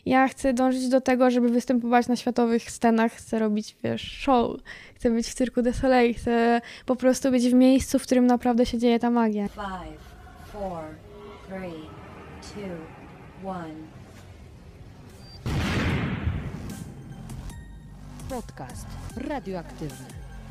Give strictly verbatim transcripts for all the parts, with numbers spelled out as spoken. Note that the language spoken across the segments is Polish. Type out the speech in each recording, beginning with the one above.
ja chcę dążyć do tego, żeby występować na światowych scenach, chcę robić, wiesz, show, chcę być w Cirque du Soleil, chcę po prostu być w miejscu, w którym naprawdę się dzieje ta magia. Five, four, three, two, one. Podcast radioaktywny.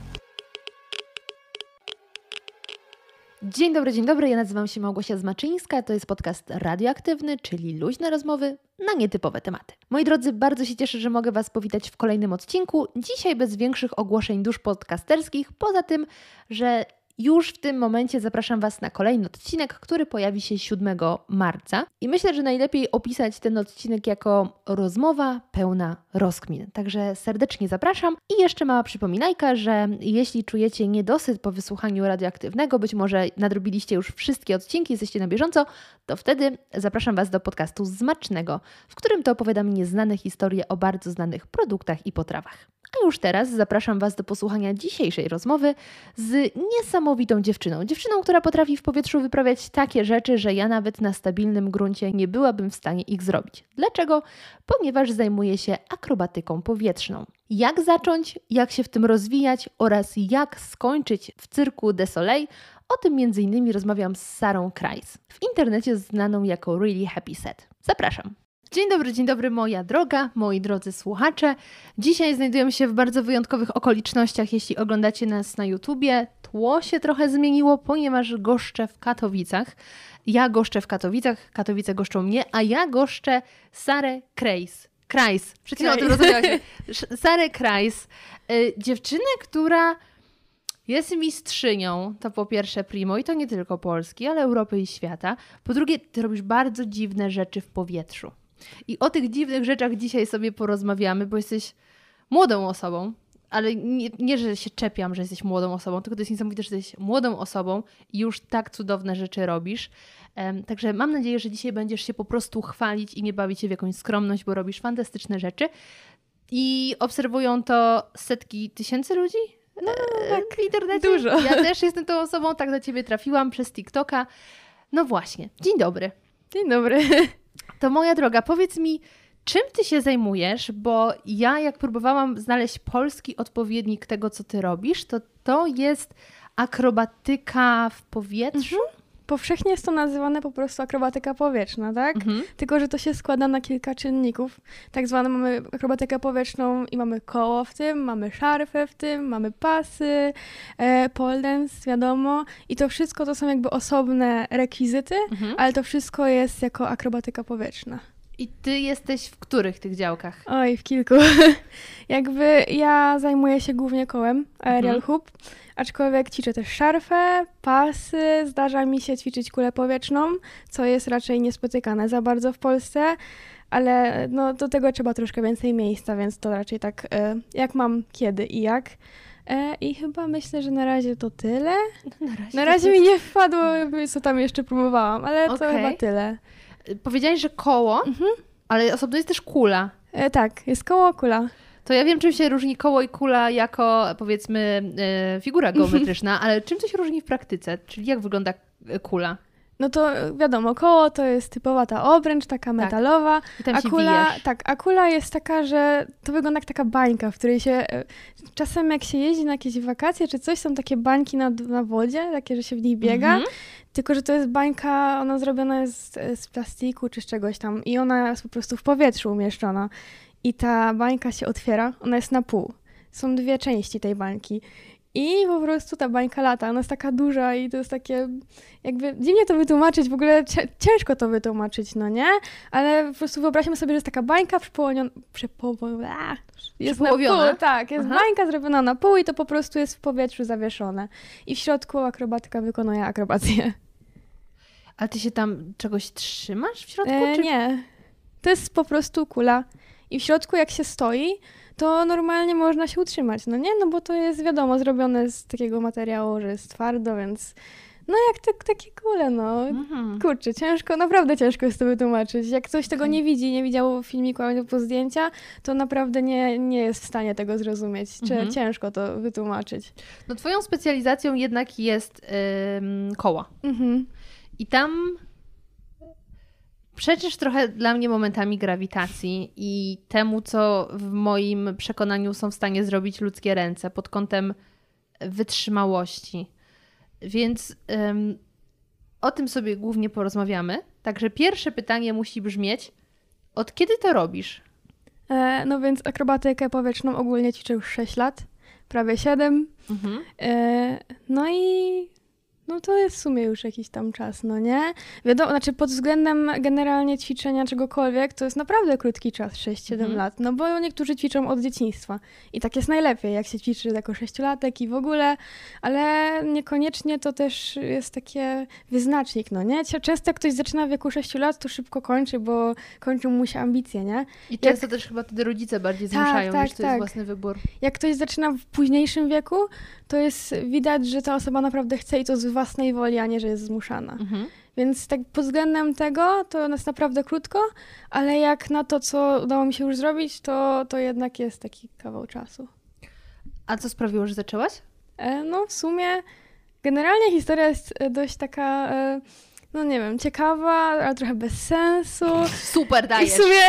Dzień dobry, dzień dobry. Ja nazywam się Małgosia Zmaczyńska. To jest podcast radioaktywny, czyli luźne rozmowy na nietypowe tematy. Moi drodzy, bardzo się cieszę, że mogę Was powitać w kolejnym odcinku. Dzisiaj bez większych ogłoszeń dusz podcasterskich, poza tym, że już w tym momencie zapraszam Was na kolejny odcinek, który pojawi się siódmego marca. I myślę, że najlepiej opisać ten odcinek jako rozmowa pełna rozkmin. Także serdecznie zapraszam. I jeszcze mała przypominajka, że jeśli czujecie niedosyt po wysłuchaniu radioaktywnego, być może nadrobiliście już wszystkie odcinki, jesteście na bieżąco, to wtedy zapraszam Was do podcastu Smacznego, w którym to opowiadam nieznane historie o bardzo znanych produktach i potrawach. A już teraz zapraszam Was do posłuchania dzisiejszej rozmowy z niesamowitą dziewczyną. Dziewczyną, która potrafi w powietrzu wyprawiać takie rzeczy, że ja nawet na stabilnym gruncie nie byłabym w stanie ich zrobić. Dlaczego? Ponieważ zajmuje się akrobatyką powietrzną. Jak zacząć, jak się w tym rozwijać oraz jak skończyć w Cirque du Soleil? O tym między innymi rozmawiam z Sarą Kreis, w internecie znaną jako Really Happy Set. Zapraszam. Dzień dobry, dzień dobry moja droga, moi drodzy słuchacze. Dzisiaj znajdujemy się w bardzo wyjątkowych okolicznościach, jeśli oglądacie nas na YouTubie. Tło się trochę zmieniło, ponieważ goszczę w Katowicach. Ja goszczę w Katowicach, Katowice goszczą mnie, a ja goszczę Sarę Kreis. Kreis, przed chwilą o tym rozmawialiśmy. Sarę Kreis, y, dziewczynę, która jest mistrzynią, to po pierwsze primo, i to nie tylko Polski, ale Europy i świata. Po drugie, ty robisz bardzo dziwne rzeczy w powietrzu. I o tych dziwnych rzeczach dzisiaj sobie porozmawiamy, bo jesteś młodą osobą, ale nie, nie, że się czepiam, że jesteś młodą osobą, tylko to jest niesamowite, że jesteś młodą osobą i już tak cudowne rzeczy robisz. Um, także mam nadzieję, że dzisiaj będziesz się po prostu chwalić i nie bawić się w jakąś skromność, bo robisz fantastyczne rzeczy. I obserwują to setki tysięcy ludzi no, tak, w internecie. Dużo. Ja też jestem tą osobą, tak do Ciebie trafiłam przez TikToka. No właśnie, dzień dobry. Dzień dobry. To moja droga, powiedz mi, czym Ty się zajmujesz, bo ja jak próbowałam znaleźć polski odpowiednik tego, co Ty robisz, to to jest akrobatyka w powietrzu? Mhm. Powszechnie jest to nazywane po prostu akrobatyka powietrzna, tak? Mhm. Tylko że to się składa na kilka czynników. Tak zwaną mamy akrobatykę powietrzną i mamy koło w tym, mamy szarfę w tym, mamy pasy, e, pole dance, wiadomo. I to wszystko to są jakby osobne rekwizyty, mhm. ale to wszystko jest jako akrobatyka powietrzna. I Ty jesteś w których tych działkach? Oj, w kilku. Jakby ja zajmuję się głównie kołem, aerial mhm. hoop, aczkolwiek ćwiczę też szarfę, pasy, zdarza mi się ćwiczyć kulę powietrzną, co jest raczej niespotykane za bardzo w Polsce, ale no, do tego trzeba troszkę więcej miejsca, więc to raczej tak e, jak mam, kiedy i jak. E, I chyba myślę, że na razie to tyle. Na razie, na razie mi nie wpadło, co tam jeszcze próbowałam, ale okay. to chyba tyle. Powiedziałaś, że koło, mhm. ale osobno jest też kula. E, tak, jest koło, kula. To ja wiem, czym się różni koło i kula jako, powiedzmy, e, figura geometryczna, ale czym to się różni w praktyce? Czyli jak wygląda kula? No to wiadomo, koło to jest typowa ta obręcz, taka metalowa, tak. I tam a się kula, bijesz. tak, a kula jest taka, że to wygląda jak taka bańka, w której się, czasem jak się jeździ na jakieś wakacje czy coś, są takie bańki na, na wodzie, takie, że się w nich biega, mhm. tylko że to jest bańka, ona zrobiona jest z, z plastiku czy z czegoś tam i ona jest po prostu w powietrzu umieszczona i ta bańka się otwiera, ona jest na pół. Są dwie części tej bańki. I po prostu ta bańka lata, ona jest taka duża i to jest takie, jakby dziwnie to wytłumaczyć, w ogóle ciężko to wytłumaczyć, no nie? Ale po prostu wyobraźmy sobie, że jest taka bańka przypołowiona, przypołowiona, jest na pół, tak, jest Aha. bańka zrobiona na pół i to po prostu jest w powietrzu zawieszone. I w środku akrobatyka wykonuje akrobację. A ty się tam czegoś trzymasz w środku? E, czy... Nie, to jest po prostu kula i w środku jak się stoi, to normalnie można się utrzymać, no nie? No bo to jest, wiadomo, zrobione z takiego materiału, że jest twardo, więc no jak te, takie kule, no. Mhm. Kurczę, ciężko, naprawdę ciężko jest to wytłumaczyć. Jak ktoś tego nie widzi, nie widział filmiku albo zdjęcia, to naprawdę nie, nie jest w stanie tego zrozumieć. Czy mhm. ciężko to wytłumaczyć. No twoją specjalizacją jednak jest ym, koła. Mhm. I tam Przeczysz trochę dla mnie momentami grawitacji i temu, co w moim przekonaniu są w stanie zrobić ludzkie ręce pod kątem wytrzymałości. Więc um, o tym sobie głównie porozmawiamy. Także pierwsze pytanie musi brzmieć, od kiedy to robisz? E, no więc akrobatykę powietrzną ogólnie ćwiczę już sześć lat, prawie siedem. Mhm. E, no i no to jest w sumie już jakiś tam czas, no nie? Wiadomo, znaczy pod względem generalnie ćwiczenia czegokolwiek, to jest naprawdę krótki czas, sześć siedem mhm. lat, no bo niektórzy ćwiczą od dzieciństwa i tak jest najlepiej, jak się ćwiczy jako sześciolatek i w ogóle, ale niekoniecznie to też jest takie wyznacznik, no nie? Często jak ktoś zaczyna w wieku sześciu lat, to szybko kończy, bo kończą mu się ambicje, nie? I często jak... też chyba wtedy rodzice bardziej tak, zmuszają, tak, niż to tak. jest własny wybór. Jak ktoś zaczyna w późniejszym wieku, to jest widać, że ta osoba naprawdę chce i to z własnej woli, a nie, że jest zmuszana. Mhm. Więc tak pod względem tego to jest naprawdę krótko, ale jak na to, co udało mi się już zrobić, to, to jednak jest taki kawał czasu. A co sprawiło, że zaczęłaś? E, no w sumie generalnie historia jest dość taka, e, no nie wiem, ciekawa, ale trochę bez sensu. Super, dajesz. I w sumie,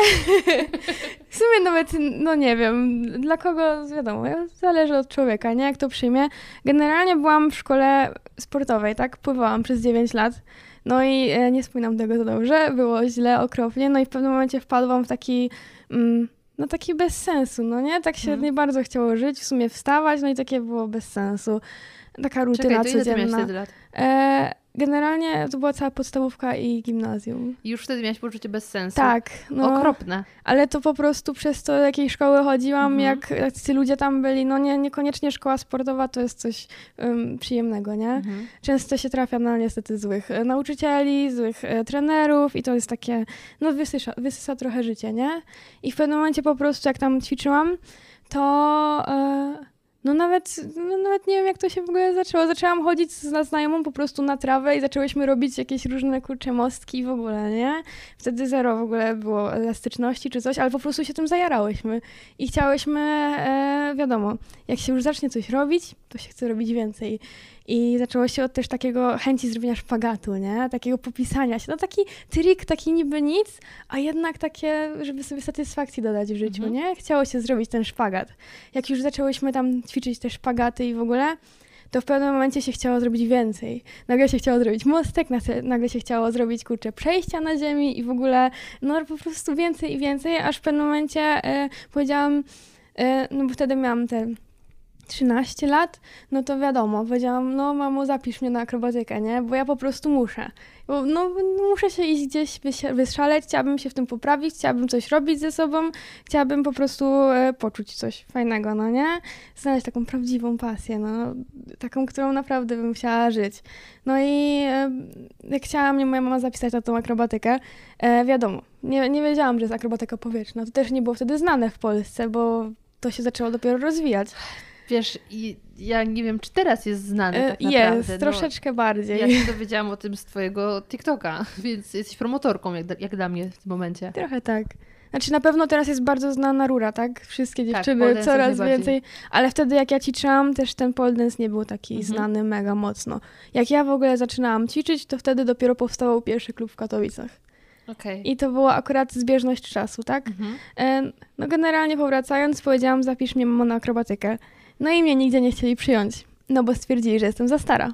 w sumie nawet, no nie wiem, dla kogo, wiadomo, zależy od człowieka, nie, jak to przyjmie. Generalnie byłam w szkole sportowej, tak, pływałam przez dziewięć lat. No i e, nie wspominam tego za dobrze, było źle, okropnie, no i w pewnym momencie wpadłam w taki, mm, no taki bez sensu, no nie, tak się hmm. nie bardzo chciało żyć, w sumie wstawać, no i takie było bez sensu. Taka rutyna Czekaj, to ile codzienna. ty miałeś wtedy lat? E, Generalnie to była cała podstawówka i gimnazjum. I już wtedy miałaś poczucie bez sensu. Tak. No, okropne. Ale to po prostu przez to, do jakiej szkoły chodziłam, mhm. jak ci ludzie tam byli, no nie, niekoniecznie szkoła sportowa to jest coś um, przyjemnego, nie? Mhm. Często się trafia na niestety złych e, nauczycieli, złych e, trenerów i to jest takie, no wysysa, wysysa trochę życie, nie? I w pewnym momencie po prostu jak tam ćwiczyłam, to... E, No nawet, no nawet nie wiem, jak to się w ogóle zaczęło. Zaczęłam chodzić z znajomą po prostu na trawę i zaczęłyśmy robić jakieś różne, kurcze, mostki w ogóle, nie? Wtedy zero w ogóle było elastyczności czy coś, ale po prostu się tym zajarałyśmy. I chciałyśmy, e, wiadomo, jak się już zacznie coś robić, to się chce robić więcej. I zaczęło się od też takiego chęci zrobienia szpagatu, nie? Takiego popisania się. No taki trik, taki niby nic, a jednak takie, żeby sobie satysfakcji dodać w życiu, mhm. nie? Chciało się zrobić ten szpagat. Jak już zaczęłyśmy tam ćwiczyć te szpagaty i w ogóle, to w pewnym momencie się chciało zrobić więcej. Nagle się chciało zrobić mostek, nagle się chciało zrobić, kurczę, przejścia na ziemi i w ogóle, no po prostu więcej i więcej, aż w pewnym momencie e, powiedziałam, e, no bo wtedy miałam te trzynaście lat, no to wiadomo, powiedziałam, no mamo, zapisz mnie na akrobatykę, nie? Bo ja po prostu muszę. Bo, no muszę się iść gdzieś wyszaleć, chciałabym się w tym poprawić, chciałabym coś robić ze sobą, chciałabym po prostu e, poczuć coś fajnego, no nie? Znaleźć taką prawdziwą pasję, no, taką, którą naprawdę bym chciała żyć. No i e, jak chciała mnie moja mama zapisać na tą akrobatykę, e, wiadomo, nie, nie wiedziałam, że jest akrobatyka powietrzna. To też nie było wtedy znane w Polsce, bo to się zaczęło dopiero rozwijać. Wiesz, i ja nie wiem, czy teraz jest znany tak naprawdę. Jest, no, troszeczkę bardziej. Ja się dowiedziałam o tym z twojego TikToka, więc jesteś promotorką, jak, jak dla mnie w tym momencie. Trochę tak. Znaczy na pewno teraz jest bardzo znana rura, tak? Wszystkie dziewczyny tak, coraz więcej. Ale wtedy jak ja ćwiczyłam, też ten pole dance nie był taki mhm. znany mega mocno. Jak ja w ogóle zaczynałam ćwiczyć, to wtedy dopiero powstał pierwszy klub w Katowicach. Okay. I to była akurat zbieżność czasu, tak? Mhm. E, no generalnie powracając, powiedziałam, zapisz mnie mamo na akrobatykę. No i mnie nigdzie nie chcieli przyjąć, no bo stwierdzili, że jestem za stara.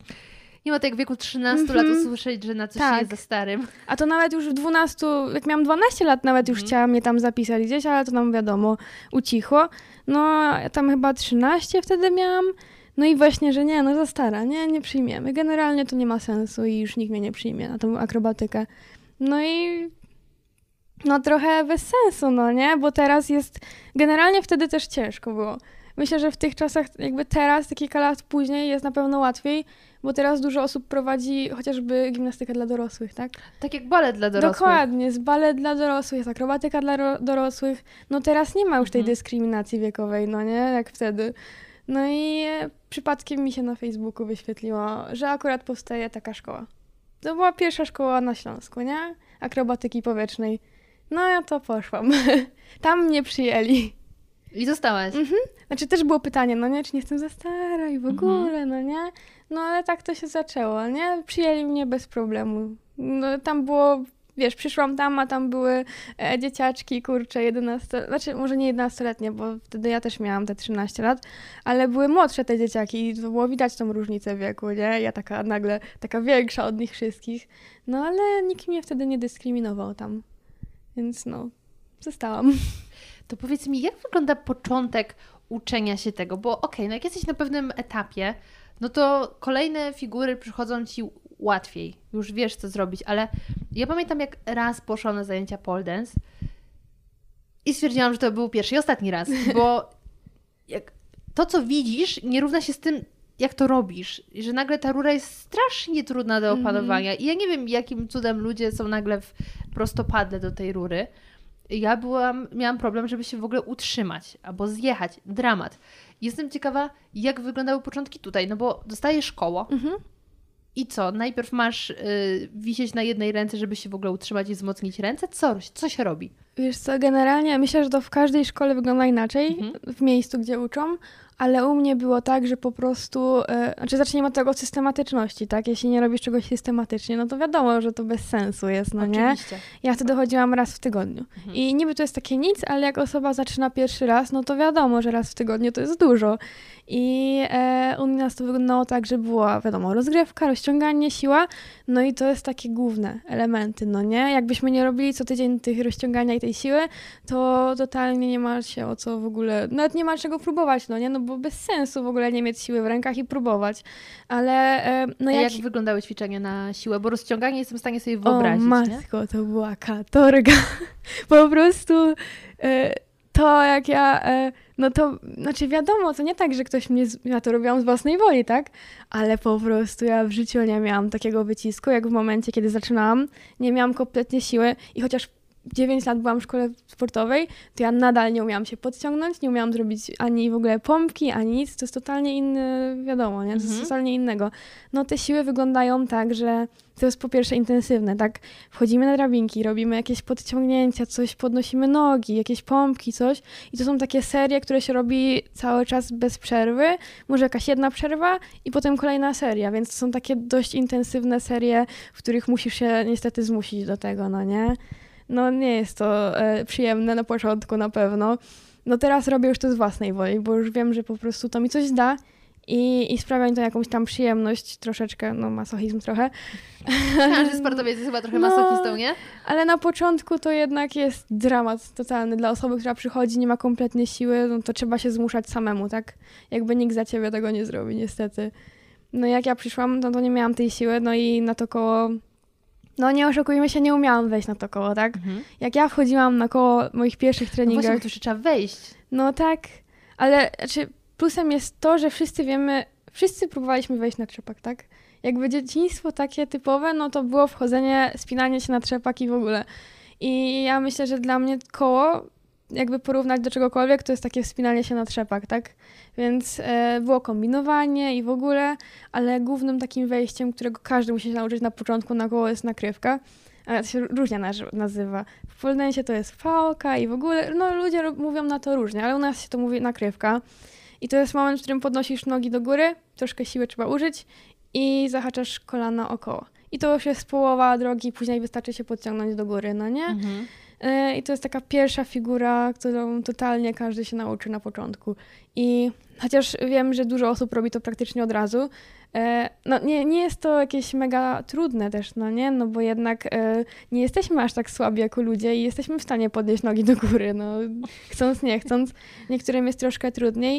Nie ma tak w wieku trzynastu mm-hmm. lat usłyszeć, że na coś tak. jest za starym. A to nawet już w dwunastu, jak miałam dwanaście lat, nawet już mm-hmm. chciała mnie tam zapisać gdzieś, ale to nam wiadomo, ucichło. No ja tam chyba trzynaście wtedy miałam. No i właśnie, że nie, no za stara, nie, nie przyjmiemy. Generalnie to nie ma sensu i już nikt mnie nie przyjmie na tą akrobatykę. No i no trochę bez sensu, no nie, bo teraz jest, generalnie wtedy też ciężko było. Myślę, że w tych czasach, jakby teraz, kilka lat później jest na pewno łatwiej, bo teraz dużo osób prowadzi chociażby gimnastykę dla dorosłych, tak? Tak jak balet dla dorosłych. Dokładnie, jest balet dla dorosłych, jest akrobatyka dla ro- dorosłych. No teraz nie ma już tej mhm. dyskryminacji wiekowej, no nie, jak wtedy. No i przypadkiem mi się na Facebooku wyświetliło, że akurat powstaje taka szkoła. To była pierwsza szkoła na Śląsku, nie? Akrobatyki powietrznej. No ja to poszłam. Tam mnie przyjęli. I zostałaś. Mhm. Znaczy też było pytanie, no nie, czy nie jestem za stara i w ogóle, mhm. no nie. No ale tak to się zaczęło, nie? Przyjęli mnie bez problemu. No tam było wiesz, przyszłam tam, a tam były e, dzieciaczki, kurczę, jedenasto, znaczy może nie jedenastoletnie, bo wtedy ja też miałam te trzynaście lat, ale były młodsze te dzieciaki i to było widać tą różnicę wieku, nie? Ja taka nagle, taka większa od nich wszystkich. No ale nikt mnie wtedy nie dyskryminował tam, więc no, zostałam. To powiedz mi, jak wygląda początek uczenia się tego? Bo okej, okay, no jak jesteś na pewnym etapie, no to kolejne figury przychodzą Ci łatwiej. Już wiesz, co zrobić, ale ja pamiętam, jak raz poszłam na zajęcia pole dance i stwierdziłam, że to był pierwszy i ostatni raz, bo jak to, co widzisz, nie równa się z tym, jak to robisz. I że nagle ta rura jest strasznie trudna do opanowania. Mm-hmm. I ja nie wiem, jakim cudem ludzie są nagle w prostopadle do tej rury. Ja byłam, miałam problem, żeby się w ogóle utrzymać albo zjechać. Dramat. Jestem ciekawa, jak wyglądały początki tutaj, no bo dostajesz koło mhm. i co? Najpierw masz y, wisieć na jednej ręce, żeby się w ogóle utrzymać i wzmocnić ręce? Co, co się robi? Wiesz co, generalnie myślę, że to w każdej szkole wygląda inaczej, mhm. w miejscu, gdzie uczą, ale u mnie było tak, że po prostu, e, znaczy zacznijmy od tego od systematyczności, tak? Jeśli nie robisz czegoś systematycznie, no to wiadomo, że to bez sensu jest, no Oczywiście. nie? Ja wtedy chodziłam raz w tygodniu. Mhm. I niby to jest takie nic, ale jak osoba zaczyna pierwszy raz, no to wiadomo, że raz w tygodniu to jest dużo. I e, u nas to wyglądało tak, że była, wiadomo, rozgrzewka, rozciąganie, siła, no i to jest takie główne elementy, no nie? Jakbyśmy nie robili co tydzień tych rozciągania i tej siły, to totalnie nie ma się o co w ogóle, nawet nie ma czego próbować, no nie? No bo bez sensu w ogóle nie mieć siły w rękach i próbować. Ale e, no A jak... jak wyglądały ćwiczenia na siłę? Bo rozciąganie jestem w stanie sobie wyobrazić, o matko, nie? To była katorga. Po prostu e, to jak ja... E, no to, znaczy wiadomo, to nie tak, że ktoś mnie, z, ja to robiłam z własnej woli, tak? Ale po prostu ja w życiu nie miałam takiego wycisku, jak w momencie, kiedy zaczynałam. Nie miałam kompletnie siły i chociaż dziewięć lat byłam w szkole sportowej, to ja nadal nie umiałam się podciągnąć, nie umiałam zrobić ani w ogóle pompki, ani nic. To jest totalnie inne, wiadomo, nie? To jest Mhm. totalnie innego. No te siły wyglądają tak, że to jest po pierwsze intensywne, tak? Wchodzimy na drabinki, robimy jakieś podciągnięcia, coś podnosimy nogi, jakieś pompki, coś. I to są takie serie, które się robi cały czas bez przerwy. Może jakaś jedna przerwa i potem kolejna seria, więc to są takie dość intensywne serie, w których musisz się niestety zmusić do tego, no nie? No nie jest to e, przyjemne na początku na pewno. No teraz robię już to z własnej woli, bo już wiem, że po prostu to mi coś da i, i sprawia mi to jakąś tam przyjemność, troszeczkę, no masochizm trochę. Każdy sportowiec jest chyba trochę masochistą, no, nie? Ale na początku to jednak jest dramat totalny dla osoby, która przychodzi, nie ma kompletnie siły, no to trzeba się zmuszać samemu, tak? Jakby nikt za ciebie tego nie zrobi, niestety. No jak ja przyszłam, no to nie miałam tej siły, no i na to koło... No nie oszukujmy się, nie umiałam wejść na to koło, tak? Mhm. Jak ja wchodziłam na koło moich pierwszych treningach... No właśnie, bo tu się trzeba wejść. No tak, ale znaczy plusem jest to, że wszyscy wiemy, wszyscy próbowaliśmy wejść na trzepak, tak? Jakby dzieciństwo takie typowe, no to było wchodzenie, spinanie się na trzepak i w ogóle. I ja myślę, że dla mnie koło, jakby porównać do czegokolwiek, to jest takie wspinanie się na trzepak, tak? Więc e, było kombinowanie i w ogóle, ale głównym takim wejściem, którego każdy musi się nauczyć na początku na koło, jest nakrywka. A to się różnie nazywa. W pole dance to jest fałka i w ogóle, no ludzie mówią na to różnie, ale u nas się to mówi nakrywka. I to jest moment, w którym podnosisz nogi do góry, troszkę siły trzeba użyć i zahaczasz kolana o koło. I to już jest połowa drogi, później wystarczy się podciągnąć do góry, no nie? Mhm. I to jest taka pierwsza figura, którą totalnie każdy się nauczy na początku. I chociaż wiem, że dużo osób robi to praktycznie od razu, no nie, nie jest to jakieś mega trudne też, no nie? No bo jednak nie jesteśmy aż tak słabi jako ludzie i jesteśmy w stanie podnieść nogi do góry, no chcąc, nie chcąc. Niektórym jest troszkę trudniej,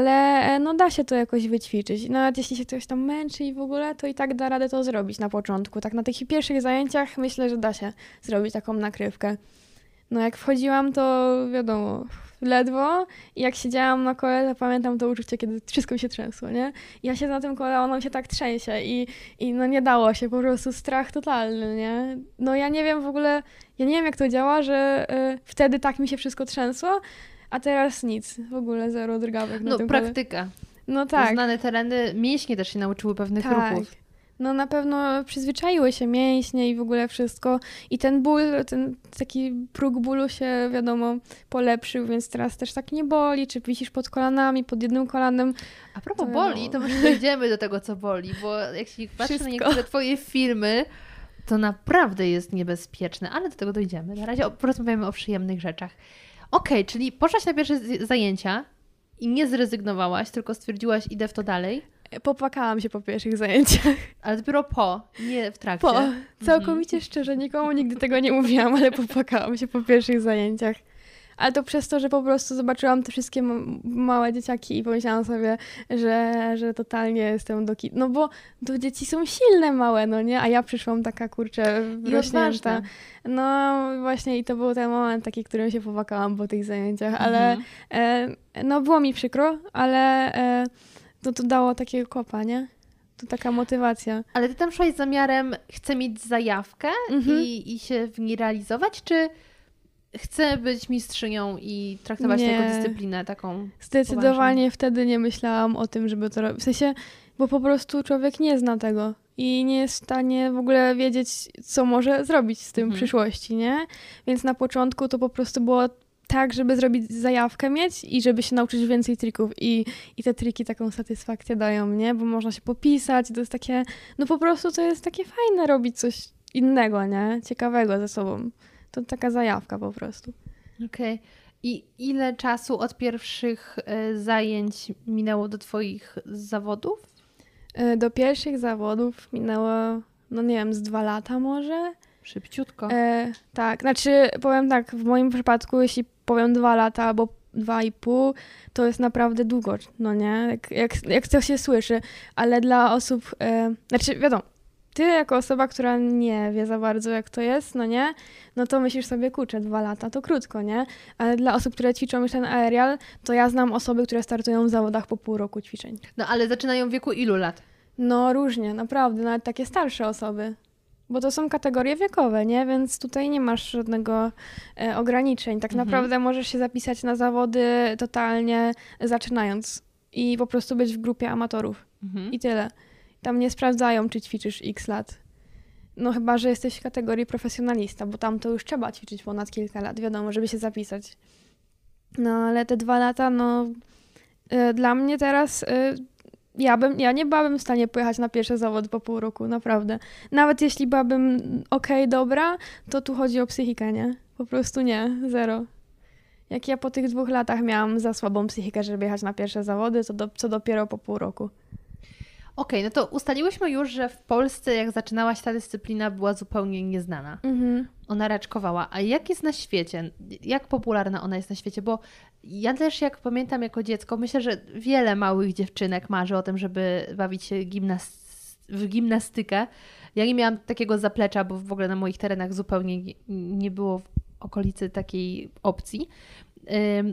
ale no da się to jakoś wyćwiczyć. Nawet jeśli się ktoś tam męczy i w ogóle, to i tak da radę to zrobić na początku. Tak na tych pierwszych zajęciach myślę, że da się zrobić taką nakrywkę. No jak wchodziłam, to wiadomo, ledwo i jak siedziałam na kole, to pamiętam to uczucie, kiedy wszystko mi się trzęsło, nie? I ja siedzę na tym kole, ono mi się tak trzęsie i, i no nie dało się, po prostu strach totalny, nie? No ja nie wiem w ogóle, ja nie wiem jak to działa, że y, wtedy tak mi się wszystko trzęsło, a teraz nic, w ogóle zero drgawek na no, tym praktyka. kole. No tak. Znane tereny, mięśnie też się nauczyły pewnych tak. ruchów. No na pewno przyzwyczaiły się mięśnie i w ogóle wszystko. I ten ból, ten taki próg bólu się, wiadomo, polepszył, więc teraz też tak nie boli, czy wisisz pod kolanami, pod jednym kolanem. A propos to boli, to może dojdziemy do tego, co boli, bo jak się patrzy na niektóre twoje filmy, To naprawdę jest niebezpieczne, ale do tego dojdziemy. Na razie porozmawiamy o przyjemnych rzeczach. Okej, okay, czyli poszłaś na pierwsze zajęcia i nie zrezygnowałaś, tylko stwierdziłaś, idę w to dalej. Popłakałam się po pierwszych zajęciach. Ale dopiero po, nie w trakcie. Po. Całkowicie mhm. szczerze, nikomu nigdy tego nie mówiłam, ale popłakałam się po pierwszych zajęciach. Ale to przez to, że po prostu zobaczyłam te wszystkie m- małe dzieciaki i pomyślałam sobie, że, że totalnie jestem do ki- No bo to dzieci są silne, małe, no nie? A ja przyszłam taka, kurczę, wrośnięta. No właśnie i to był ten moment taki, którym się popłakałam po tych zajęciach, ale mhm. e, no było mi przykro, ale e, to, to dało takiego kopa, nie? To taka motywacja. Ale ty tam szłaś z zamiarem, chcę mieć zajawkę mhm. i, i się w niej realizować, czy chcę być mistrzynią i traktować nie. to jako dyscyplinę taką Zdecydowanie poważną. Wtedy nie myślałam o tym, żeby to robić. W sensie, bo po prostu człowiek nie zna tego i nie jest w stanie w ogóle wiedzieć, co może zrobić z tym mhm. w przyszłości, nie? Więc na początku to po prostu było tak, żeby zrobić zajawkę mieć i żeby się nauczyć więcej trików i, i te triki taką satysfakcję dają, nie? Bo można się popisać, to jest takie, no po prostu to jest takie fajne robić coś innego, nie? Ciekawego ze sobą. To taka zajawka po prostu. Okej. Okay. I ile czasu od pierwszych y, zajęć minęło do twoich zawodów? Y, do pierwszych zawodów minęło, no nie wiem, z dwa lata może. Szybciutko. Y, tak, znaczy powiem tak, w moim przypadku, jeśli powiem dwa lata albo dwa i pół, to jest naprawdę długo, no nie? Jak, jak, jak to się słyszy, ale dla osób, y, znaczy wiadomo, ty jako osoba, która nie wie za bardzo jak to jest, no nie, no to myślisz sobie, kurczę, dwa lata to krótko, nie? Ale dla osób, które ćwiczą już ten aerial, to ja znam osoby, które startują w zawodach po pół roku ćwiczeń. No ale zaczynają w wieku ilu lat? No różnie, naprawdę, nawet takie starsze osoby. Bo to są kategorie wiekowe, nie? Więc tutaj nie masz żadnego e, ograniczeń. Tak mhm. naprawdę możesz się zapisać na zawody totalnie zaczynając i po prostu być w grupie amatorów. Mhm. I tyle. Tam nie sprawdzają, czy ćwiczysz x lat. No chyba, że jesteś w kategorii profesjonalista, bo tam to już trzeba ćwiczyć ponad kilka lat, wiadomo, żeby się zapisać. No ale te dwa lata, no y, dla mnie teraz y, ja, bym, ja nie byłabym w stanie pojechać na pierwsze zawody po pół roku, naprawdę. Nawet jeśli byłabym okej, okay, dobra, to tu chodzi o psychikę, nie? Po prostu nie, zero. Jak ja po tych dwóch latach miałam za słabą psychikę, żeby jechać na pierwsze zawody, to do, co dopiero po pół roku. Okej, okay, no to ustaliłyśmy już, że w Polsce jak zaczynałaś ta dyscyplina była zupełnie nieznana. Mhm. Ona raczkowała. A jak jest na świecie? Jak popularna ona jest na świecie? Bo ja też jak pamiętam jako dziecko, myślę, że wiele małych dziewczynek marzy o tym, żeby bawić się gimnas- w gimnastykę. Ja nie miałam takiego zaplecza, bo w ogóle na moich terenach zupełnie nie było w okolicy takiej opcji. Ym,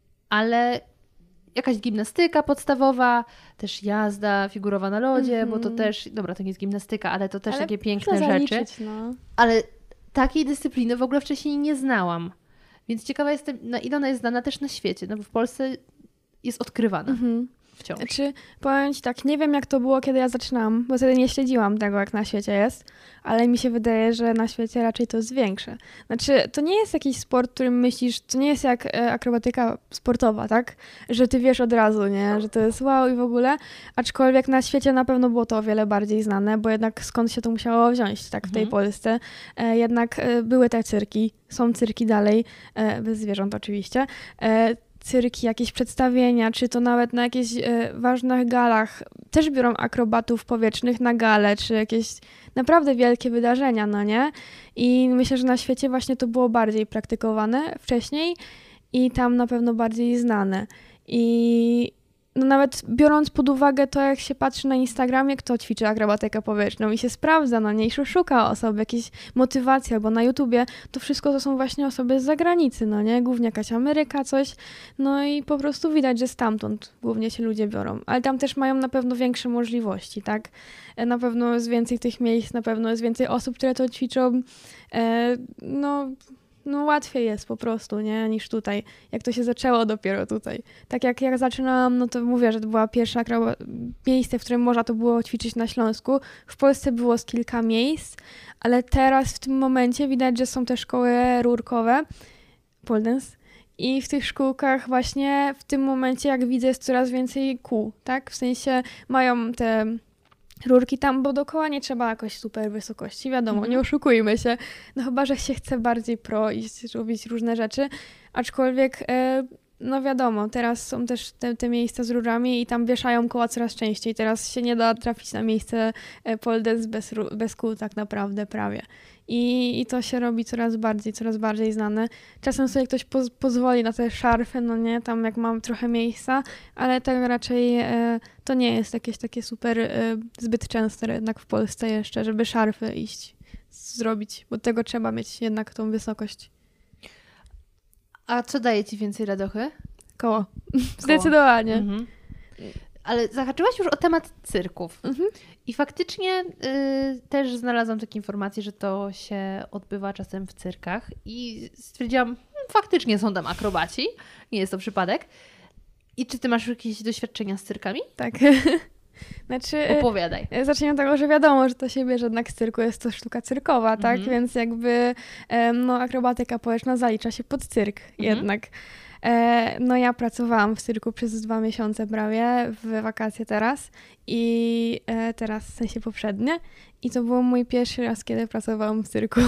ale jakaś gimnastyka podstawowa, też jazda figurowa na lodzie, mm-hmm. bo to też, dobra, to nie jest gimnastyka, ale to też ale takie piękne rzeczy. No. Ale takiej dyscypliny w ogóle wcześniej nie znałam. Więc ciekawa jestem, na ile ona jest znana też na świecie, no bo w Polsce jest odkrywana. Mm-hmm. Wciąż. Znaczy, powiem Ci tak, nie wiem jak to było, kiedy ja zaczynałam, bo wtedy nie śledziłam tego, jak na świecie jest, ale mi się wydaje, że na świecie raczej to jest większe. Znaczy, to nie jest jakiś sport, którym myślisz, to nie jest jak e, akrobatyka sportowa, tak? Że Ty wiesz od razu, nie? Że to jest wow i w ogóle, aczkolwiek na świecie na pewno było to o wiele bardziej znane, bo jednak skąd się to musiało wziąć, tak, w tej mhm. Polsce. E, jednak e, były te cyrki, są cyrki dalej, e, bez zwierząt oczywiście, e, cyrki, jakieś przedstawienia, czy to nawet na jakichś e, ważnych galach. Też biorą akrobatów powietrznych na gale, czy jakieś naprawdę wielkie wydarzenia, no nie? I myślę, że na świecie właśnie to było bardziej praktykowane wcześniej i tam na pewno bardziej znane. I no nawet biorąc pod uwagę to, jak się patrzy na Instagramie, kto ćwiczy akrobatykę powietrzną i się sprawdza, no nie, i szuka osoby, jakieś motywacji, albo na YouTubie, to wszystko to są właśnie osoby z zagranicy, no nie, głównie jakaś Ameryka, coś, no i po prostu widać, że stamtąd głównie się ludzie biorą, ale tam też mają na pewno większe możliwości, tak, na pewno jest więcej tych miejsc, na pewno jest więcej osób, które to ćwiczą, e, no... No łatwiej jest po prostu, nie, niż tutaj. Jak to się zaczęło dopiero tutaj. Tak jak jak zaczynałam, no to mówię, że to była pierwsza akro- miejsce, w którym można to było ćwiczyć na Śląsku. W Polsce było z kilka miejsc, ale teraz w tym momencie widać, że są te szkoły rurkowe, pole dance, i w tych szkółkach właśnie w tym momencie, jak widzę, jest coraz więcej kół, tak? W sensie mają te rurki tam, bo dookoła nie trzeba jakoś super wysokości, wiadomo, Mhm. nie oszukujmy się. No chyba, że się chce bardziej pro iść, robić różne rzeczy, aczkolwiek e, no wiadomo, teraz są też te, te miejsca z rurami i tam wieszają koła coraz częściej. Teraz się nie da trafić na miejsce e, pole dance bez, ru- bez kół tak naprawdę prawie. I, I to się robi coraz bardziej, coraz bardziej znane. Czasem sobie ktoś poz- pozwoli na te szarfy, no nie, tam jak mam trochę miejsca, ale tak raczej e, to nie jest jakieś takie super e, zbyt częste jednak w Polsce jeszcze, żeby szarfy iść zrobić, bo tego trzeba mieć jednak tą wysokość. A co daje ci więcej radochy? Koło. Zdecydowanie. Mhm. Ale zahaczyłaś już o temat cyrków. Mhm. I faktycznie y, też znalazłam takie informacje, że to się odbywa czasem w cyrkach i stwierdziłam, hmm, faktycznie są tam akrobaci, nie jest to przypadek. I czy ty masz jakieś doświadczenia z cyrkami? Tak. Znaczy, Opowiadaj. e, zacznijmy od tego, że wiadomo, że to się bierze jednak z cyrku, jest to sztuka cyrkowa, tak? Mhm. Więc jakby em, no, akrobatyka połeczna zalicza się pod cyrk jednak. E, no ja pracowałam w cyrku przez dwa miesiące prawie, w wakacje teraz i e, teraz w sensie poprzednie i to był mój pierwszy raz, kiedy pracowałam w cyrku.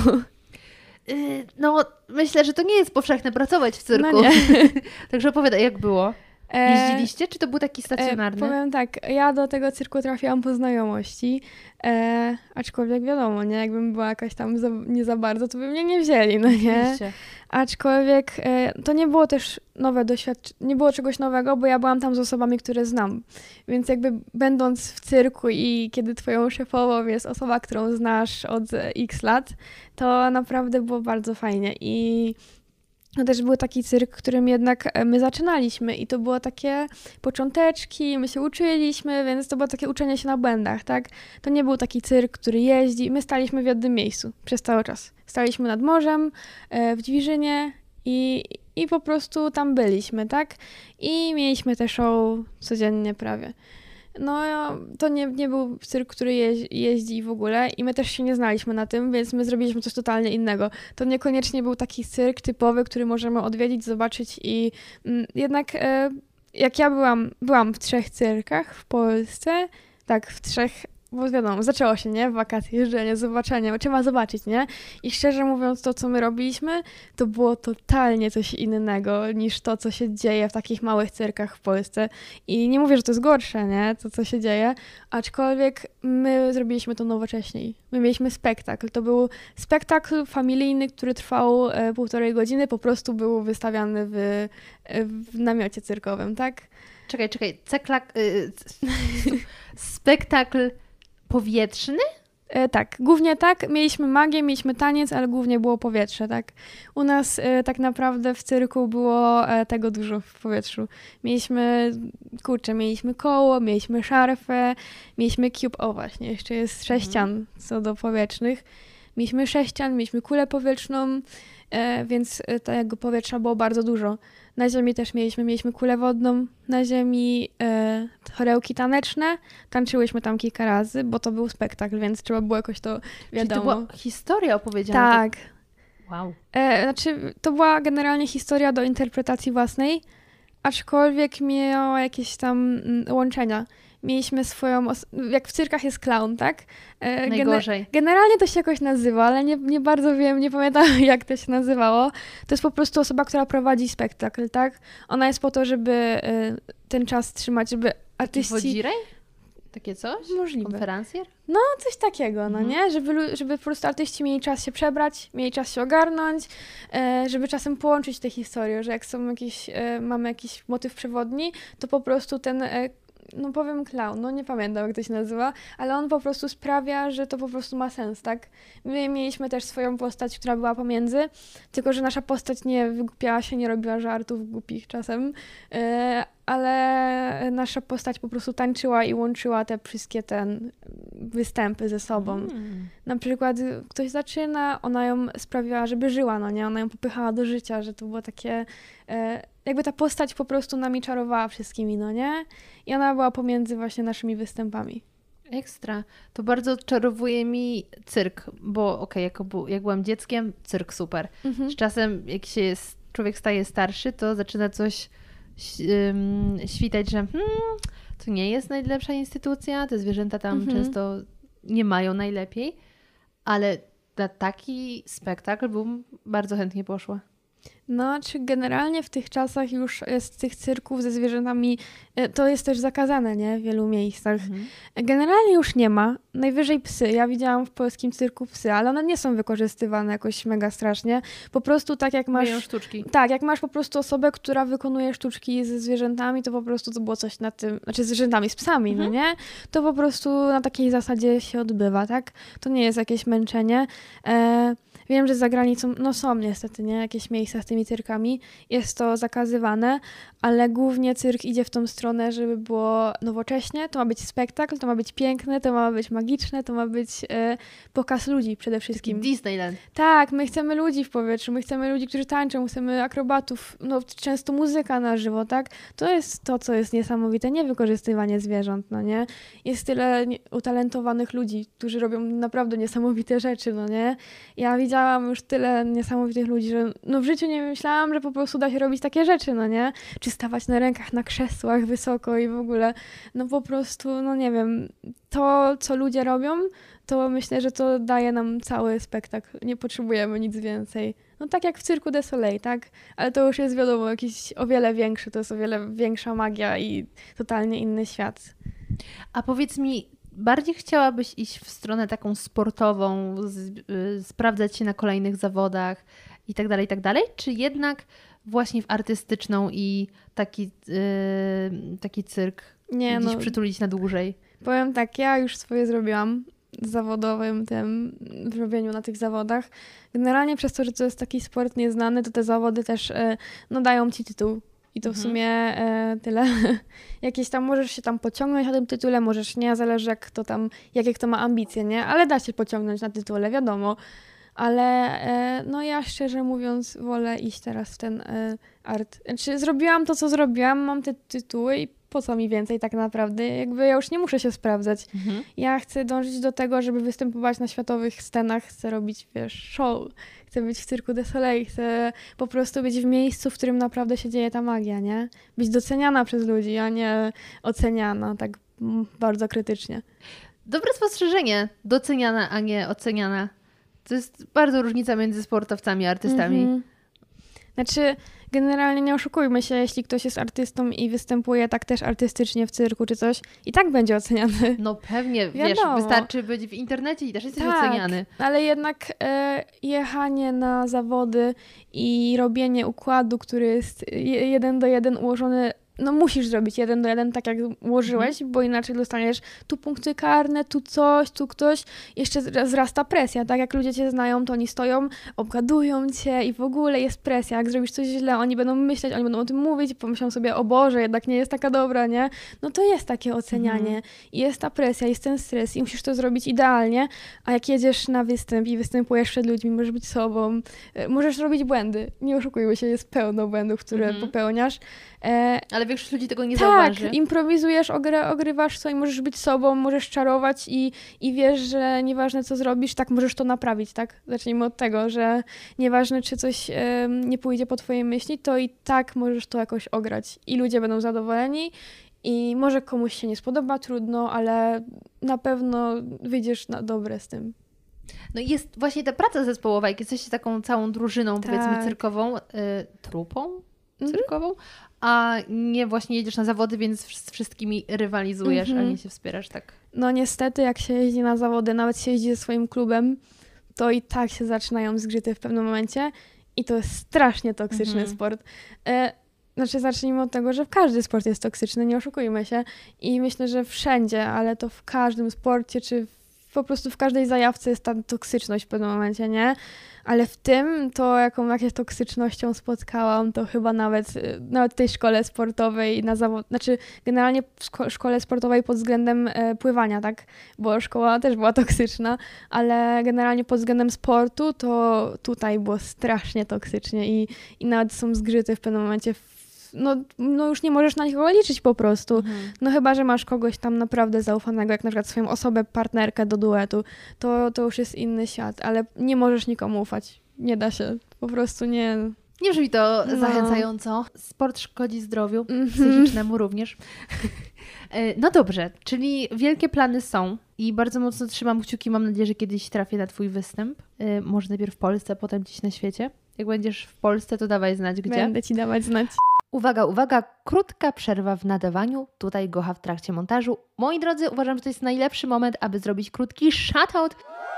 Y, no, myślę, że to nie jest powszechne pracować w cyrku. No nie. Także opowiadaj, jak było. E, Jeździliście, czy to był taki E, stacjonarny? powiem tak, ja do tego cyrku trafiłam po znajomości, e, aczkolwiek wiadomo, nie, jakbym była jakaś tam za, nie za bardzo, to by mnie nie wzięli, no nie? Oczywiście. Aczkolwiek e, to nie było też nowe doświadczenie, nie było czegoś nowego, bo ja byłam tam z osobami, które znam, więc jakby będąc w cyrku i kiedy twoją szefową jest osoba, którą znasz od e, x lat, to naprawdę było bardzo fajnie i to też był taki cyrk, którym jednak e, my zaczynaliśmy i to było takie począteczki, my się uczyliśmy, więc to było takie uczenie się na błędach, tak? To nie był taki cyrk, który jeździ, my staliśmy w jednym miejscu przez cały czas. Staliśmy nad morzem, e, w Dźwiżynie i, i po prostu tam byliśmy, tak? I mieliśmy te show codziennie prawie. No, to nie, nie był cyrk, który jeź, jeździ w ogóle i my też się nie znaliśmy na tym, więc my zrobiliśmy coś totalnie innego. To niekoniecznie był taki cyrk typowy, który możemy odwiedzić, zobaczyć i mm, jednak e, jak ja byłam, byłam w trzech cyrkach w Polsce, tak, w trzech, bo wiadomo, zaczęło się, nie? W wakacje, jeżdżenie, zobaczenie, trzeba zobaczyć, nie? I szczerze mówiąc, to, co my robiliśmy, to było totalnie coś innego niż to, co się dzieje w takich małych cyrkach w Polsce. I nie mówię, że to jest gorsze, nie? To, co się dzieje, aczkolwiek my zrobiliśmy to nowocześniej. My mieliśmy spektakl. To był spektakl familijny, który trwał e, półtorej godziny, po prostu był wystawiany w, e, w namiocie cyrkowym, tak? Czekaj, czekaj. Ceklak, y, spektakl powietrzny? E, tak, głównie tak. Mieliśmy magię, mieliśmy taniec, ale głównie było powietrze, tak. U nas e, tak naprawdę w cyrku było e, tego dużo w powietrzu. Mieliśmy, kurczę, mieliśmy koło, mieliśmy szarfę, mieliśmy cube, o właśnie, jeszcze jest sześcian mhm. co do powietrznych. Mieliśmy sześcian, mieliśmy kulę powietrzną, e, więc e, tego powietrza było bardzo dużo. Na ziemi też mieliśmy, mieliśmy kulę wodną, na ziemi e, chorełki taneczne, tańczyłyśmy tam kilka razy, bo to był spektakl, więc trzeba było jakoś to, wiadomo. Czyli to była historia opowiedziana? Tak. To... Wow. E, znaczy, to była generalnie historia do interpretacji własnej, aczkolwiek miała jakieś tam mm, łączenia. Mieliśmy swoją, os- jak w cyrkach jest clown, tak? E, Najgorzej. Gener- generalnie to się jakoś nazywa, ale nie, nie bardzo wiem, nie pamiętam jak to się nazywało. To jest po prostu osoba, która prowadzi spektakl, tak? Ona jest po to, żeby e, ten czas trzymać, żeby artyści... Wodzirej? Takie coś? Możliwe. Konferencjer? No, coś takiego, no Mhm. nie? Żeby, lu- żeby po prostu artyści mieli czas się przebrać, mieli czas się ogarnąć, e, żeby czasem połączyć te historie, że jak są jakieś, e, mamy jakiś motyw przewodni, to po prostu ten, e, no powiem clown, no nie pamiętam jak to się nazywa, ale on po prostu sprawia, że to po prostu ma sens, tak? My mieliśmy też swoją postać, która była pomiędzy, tylko że nasza postać nie wygłupiała się, nie robiła żartów głupich czasem, e, ale nasza postać po prostu tańczyła i łączyła te wszystkie te występy ze sobą. Mm. Na przykład ktoś zaczyna, ona ją sprawiła, żeby żyła, no nie? Ona ją popychała do życia, że to było takie... E, jakby ta postać po prostu nami czarowała wszystkimi, no nie? I ona była pomiędzy właśnie naszymi występami. Ekstra. To bardzo odczarowuje mi cyrk, bo okej, okay, jak, jak byłam dzieckiem, cyrk super. Mhm. Z czasem, jak się jest, człowiek staje starszy, to zaczyna coś um, świtać, że hmm, to nie jest najlepsza instytucja, te zwierzęta tam Mhm. często nie mają najlepiej, ale na taki spektakl bym bardzo chętnie poszła. No, czy generalnie w tych czasach już jest tych cyrków ze zwierzętami, e, to jest też zakazane, nie? W wielu miejscach. Mhm. Generalnie już nie ma. Najwyżej psy. Ja widziałam w polskim cyrku psy, ale one nie są wykorzystywane jakoś mega strasznie. Po prostu tak jak masz... Mają sztuczki. Tak, jak masz po prostu osobę, która wykonuje sztuczki ze zwierzętami, to po prostu to było coś na tym, znaczy z zwierzętami, z psami, Mhm. no nie? To po prostu na takiej zasadzie się odbywa, tak? To nie jest jakieś męczenie. E, wiem, że za granicą, no są niestety, nie? Jakieś miejsca z tymi cyrkami. Jest to zakazywane, ale głównie cyrk idzie w tą stronę, żeby było nowocześnie. To ma być spektakl, to ma być piękne, to ma być magiczne, to ma być e, pokaz ludzi przede wszystkim. Disneyland. Tak, my chcemy ludzi w powietrzu, my chcemy ludzi, którzy tańczą, chcemy akrobatów, no często muzyka na żywo, tak? To jest to, co jest niesamowite, nie wykorzystywanie zwierząt, no nie? Jest tyle nie- utalentowanych ludzi, którzy robią naprawdę niesamowite rzeczy, no nie? Ja widziałam już tyle niesamowitych ludzi, że no w życiu nie myślałam, że po prostu da się robić takie rzeczy, no nie? Czy stawać na rękach, na krzesłach wysoko i w ogóle, no po prostu, no nie wiem, to, co ludzie robią, to myślę, że to daje nam cały spektakl. Nie potrzebujemy nic więcej. No tak jak w Cirque du Soleil, tak? Ale to już jest wiadomo jakiś o wiele większy, to jest o wiele większa magia i totalnie inny świat. A powiedz mi, bardziej chciałabyś iść w stronę taką sportową, z, y, sprawdzać się na kolejnych zawodach i tak dalej, i tak dalej, czy jednak właśnie w artystyczną i taki, y, taki cyrk Nie gdzieś no, przytulić na dłużej? powiem tak, ja już swoje zrobiłam z zawodowym tym, w robieniu na tych zawodach. Generalnie przez to, że to jest taki sport nieznany, to te zawody też e, no, dają ci tytuł. I to w Mhm. sumie e, tyle. Jakieś tam możesz się tam pociągnąć na tym tytule, możesz nie, zależy jak to tam, jakie kto ma ambicje, nie? Ale da się pociągnąć na tytule, wiadomo. Ale e, no ja szczerze mówiąc wolę iść teraz w ten e, art. Znaczy zrobiłam to, co zrobiłam, mam te tytuły i po co mi więcej tak naprawdę? Jakby ja już nie muszę się sprawdzać. Mhm. Ja chcę dążyć do tego, żeby występować na światowych scenach, chcę robić, wiesz, show, chcę być w Cirque du Soleil, chcę po prostu być w miejscu, w którym naprawdę się dzieje ta magia, nie? Być doceniana przez ludzi, a nie oceniana tak mm, bardzo krytycznie. Dobre spostrzeżenie. Doceniana, a nie oceniana. To jest bardzo różnica między sportowcami a artystami. Mhm. Znaczy, generalnie nie oszukujmy się, jeśli ktoś jest artystą i występuje tak też artystycznie w cyrku czy coś, i tak będzie oceniany. No pewnie, wiesz, Wiadomo. wystarczy być w internecie i też jesteś Tak. oceniany. Ale jednak e, jechanie na zawody i robienie układu, który jest je- jeden do jeden ułożony, no musisz zrobić jeden do jeden tak jak ułożyłeś, bo inaczej dostaniesz tu punkty karne, tu coś, tu ktoś. Jeszcze zra- wzrasta presja, tak jak ludzie cię znają, to oni stoją, obgadują cię i w ogóle jest presja. Jak zrobisz coś źle, oni będą myśleć, oni będą o tym mówić, pomyślą sobie, o Boże, jednak nie jest taka dobra, nie? No to jest takie ocenianie. Mhm. I jest ta presja, jest ten stres i musisz to zrobić idealnie, a jak jedziesz na występ i występujesz przed ludźmi, możesz być sobą, e, możesz robić błędy. Nie oszukujmy się, jest pełno błędów, które Mhm. popełniasz. E, Ale większość ludzi tego nie tak, zauważy. improwizujesz, ogry, ogrywasz co i możesz być sobą, możesz czarować i, i wiesz, że nieważne co zrobisz, tak możesz to naprawić, tak? Zacznijmy od tego, że nieważne czy coś em, nie pójdzie po twojej myśli, to i tak możesz to jakoś ograć i ludzie będą zadowoleni i może komuś się nie spodoba, trudno, ale na pewno wyjdziesz na dobre z tym. No i jest właśnie ta praca zespołowa, jak jesteście taką całą drużyną, Tak. powiedzmy cyrkową, y, trupą Mhm. cyrkową, a nie właśnie jedziesz na zawody, więc z wszystkimi rywalizujesz, Mhm. a nie się wspierasz tak. No niestety, jak się jeździ na zawody, nawet się jeździ ze swoim klubem, to i tak się zaczynają zgrzyty w pewnym momencie i to jest strasznie toksyczny Mhm. sport. E, znaczy zacznijmy od tego, że każdy sport jest toksyczny, nie oszukujmy się. I myślę, że wszędzie, ale to w każdym sporcie, czy w, po prostu w każdej zajawce jest ta toksyczność w pewnym momencie, nie? Ale w tym, to jaką jakąś toksycznością spotkałam, to chyba nawet, y, nawet w tej szkole sportowej na zawod... Znaczy generalnie w szko- szkole sportowej pod względem e, pływania, tak? Bo szkoła też była toksyczna, ale generalnie pod względem sportu to tutaj było strasznie toksycznie i, i nawet są zgrzyty w pewnym momencie. W, no, no już nie możesz na nikogo liczyć po prostu. Mhm. No chyba, że masz kogoś tam naprawdę zaufanego, jak na przykład swoją osobę, partnerkę do duetu, to, to już jest inny świat, ale nie możesz nikomu ufać. Nie da się. Po prostu nie. Nie brzmi to No. zachęcająco. Sport szkodzi zdrowiu, Mhm. psychicznemu również. No dobrze, czyli wielkie plany są i bardzo mocno trzymam kciuki. Mam nadzieję, że kiedyś trafię na Twój występ. Może najpierw w Polsce, potem gdzieś na świecie. Jak będziesz w Polsce, to dawaj znać, gdzie. Będę Ci dawać znać. Uwaga, uwaga, krótka przerwa w nadawaniu. Tutaj Gocha w trakcie montażu. Moi drodzy, uważam, że to jest najlepszy moment, aby zrobić krótki shoutout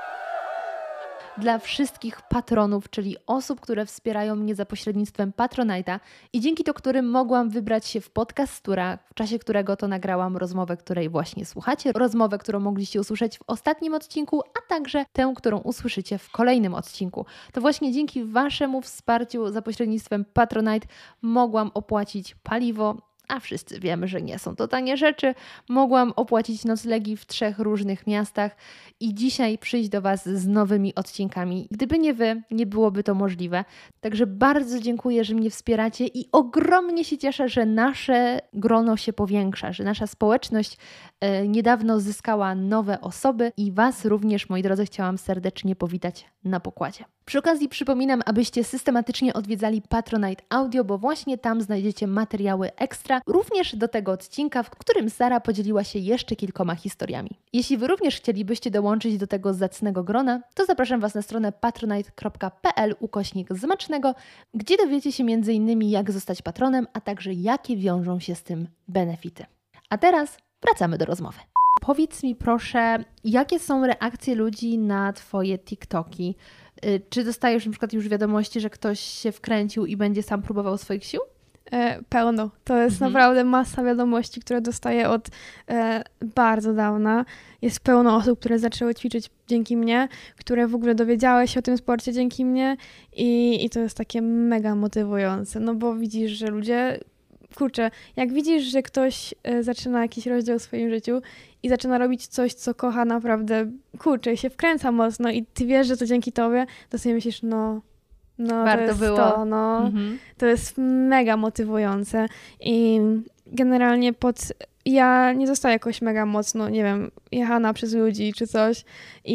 dla wszystkich patronów, czyli osób, które wspierają mnie za pośrednictwem Patronite'a i dzięki to, którym mogłam wybrać się w podcastura, w czasie którego to nagrałam rozmowę, której właśnie słuchacie, rozmowę, którą mogliście usłyszeć w ostatnim odcinku, a także tę, którą usłyszycie w kolejnym odcinku. To właśnie dzięki Waszemu wsparciu za pośrednictwem Patronite mogłam opłacić paliwo, a wszyscy wiemy, że nie są to tanie rzeczy. Mogłam opłacić noclegi w trzech różnych miastach i dzisiaj przyjść do Was z nowymi odcinkami. Gdyby nie Wy, nie byłoby to możliwe. Także bardzo dziękuję, że mnie wspieracie i ogromnie się cieszę, że nasze grono się powiększa, że nasza społeczność e, niedawno zyskała nowe osoby i Was również, moi drodzy, chciałam serdecznie powitać na pokładzie. Przy okazji przypominam, abyście systematycznie odwiedzali Patronite Audio, bo właśnie tam znajdziecie materiały ekstra, również do tego odcinka, w którym Sara podzieliła się jeszcze kilkoma historiami. Jeśli Wy również chcielibyście dołączyć do tego zacnego grona, to zapraszam Was na stronę patronite.pl ukośnik smacznego, gdzie dowiecie się między innymi jak zostać patronem, a także jakie wiążą się z tym benefity. A teraz wracamy do rozmowy. Powiedz mi proszę, jakie są reakcje ludzi na Twoje TikToki? Czy dostajesz na przykład już wiadomości, że ktoś się wkręcił i będzie sam próbował swoich sił? E, pełno. To jest mhm. naprawdę masa wiadomości, które dostaję od e, bardzo dawna. Jest pełno osób, które zaczęły ćwiczyć dzięki mnie, które w ogóle dowiedziały się o tym sporcie dzięki mnie i, i to jest takie mega motywujące, no bo widzisz, że ludzie... Kurczę, jak widzisz, że ktoś e, zaczyna jakiś rozdział w swoim życiu i zaczyna robić coś, co kocha naprawdę, kurczę, i się wkręca mocno i ty wiesz, że to dzięki tobie, to sobie myślisz, no, no warto to jest było. to, no, mhm. to jest mega motywujące i generalnie pod... Ja nie zostaję jakoś mega mocno, nie wiem, jechana przez ludzi czy coś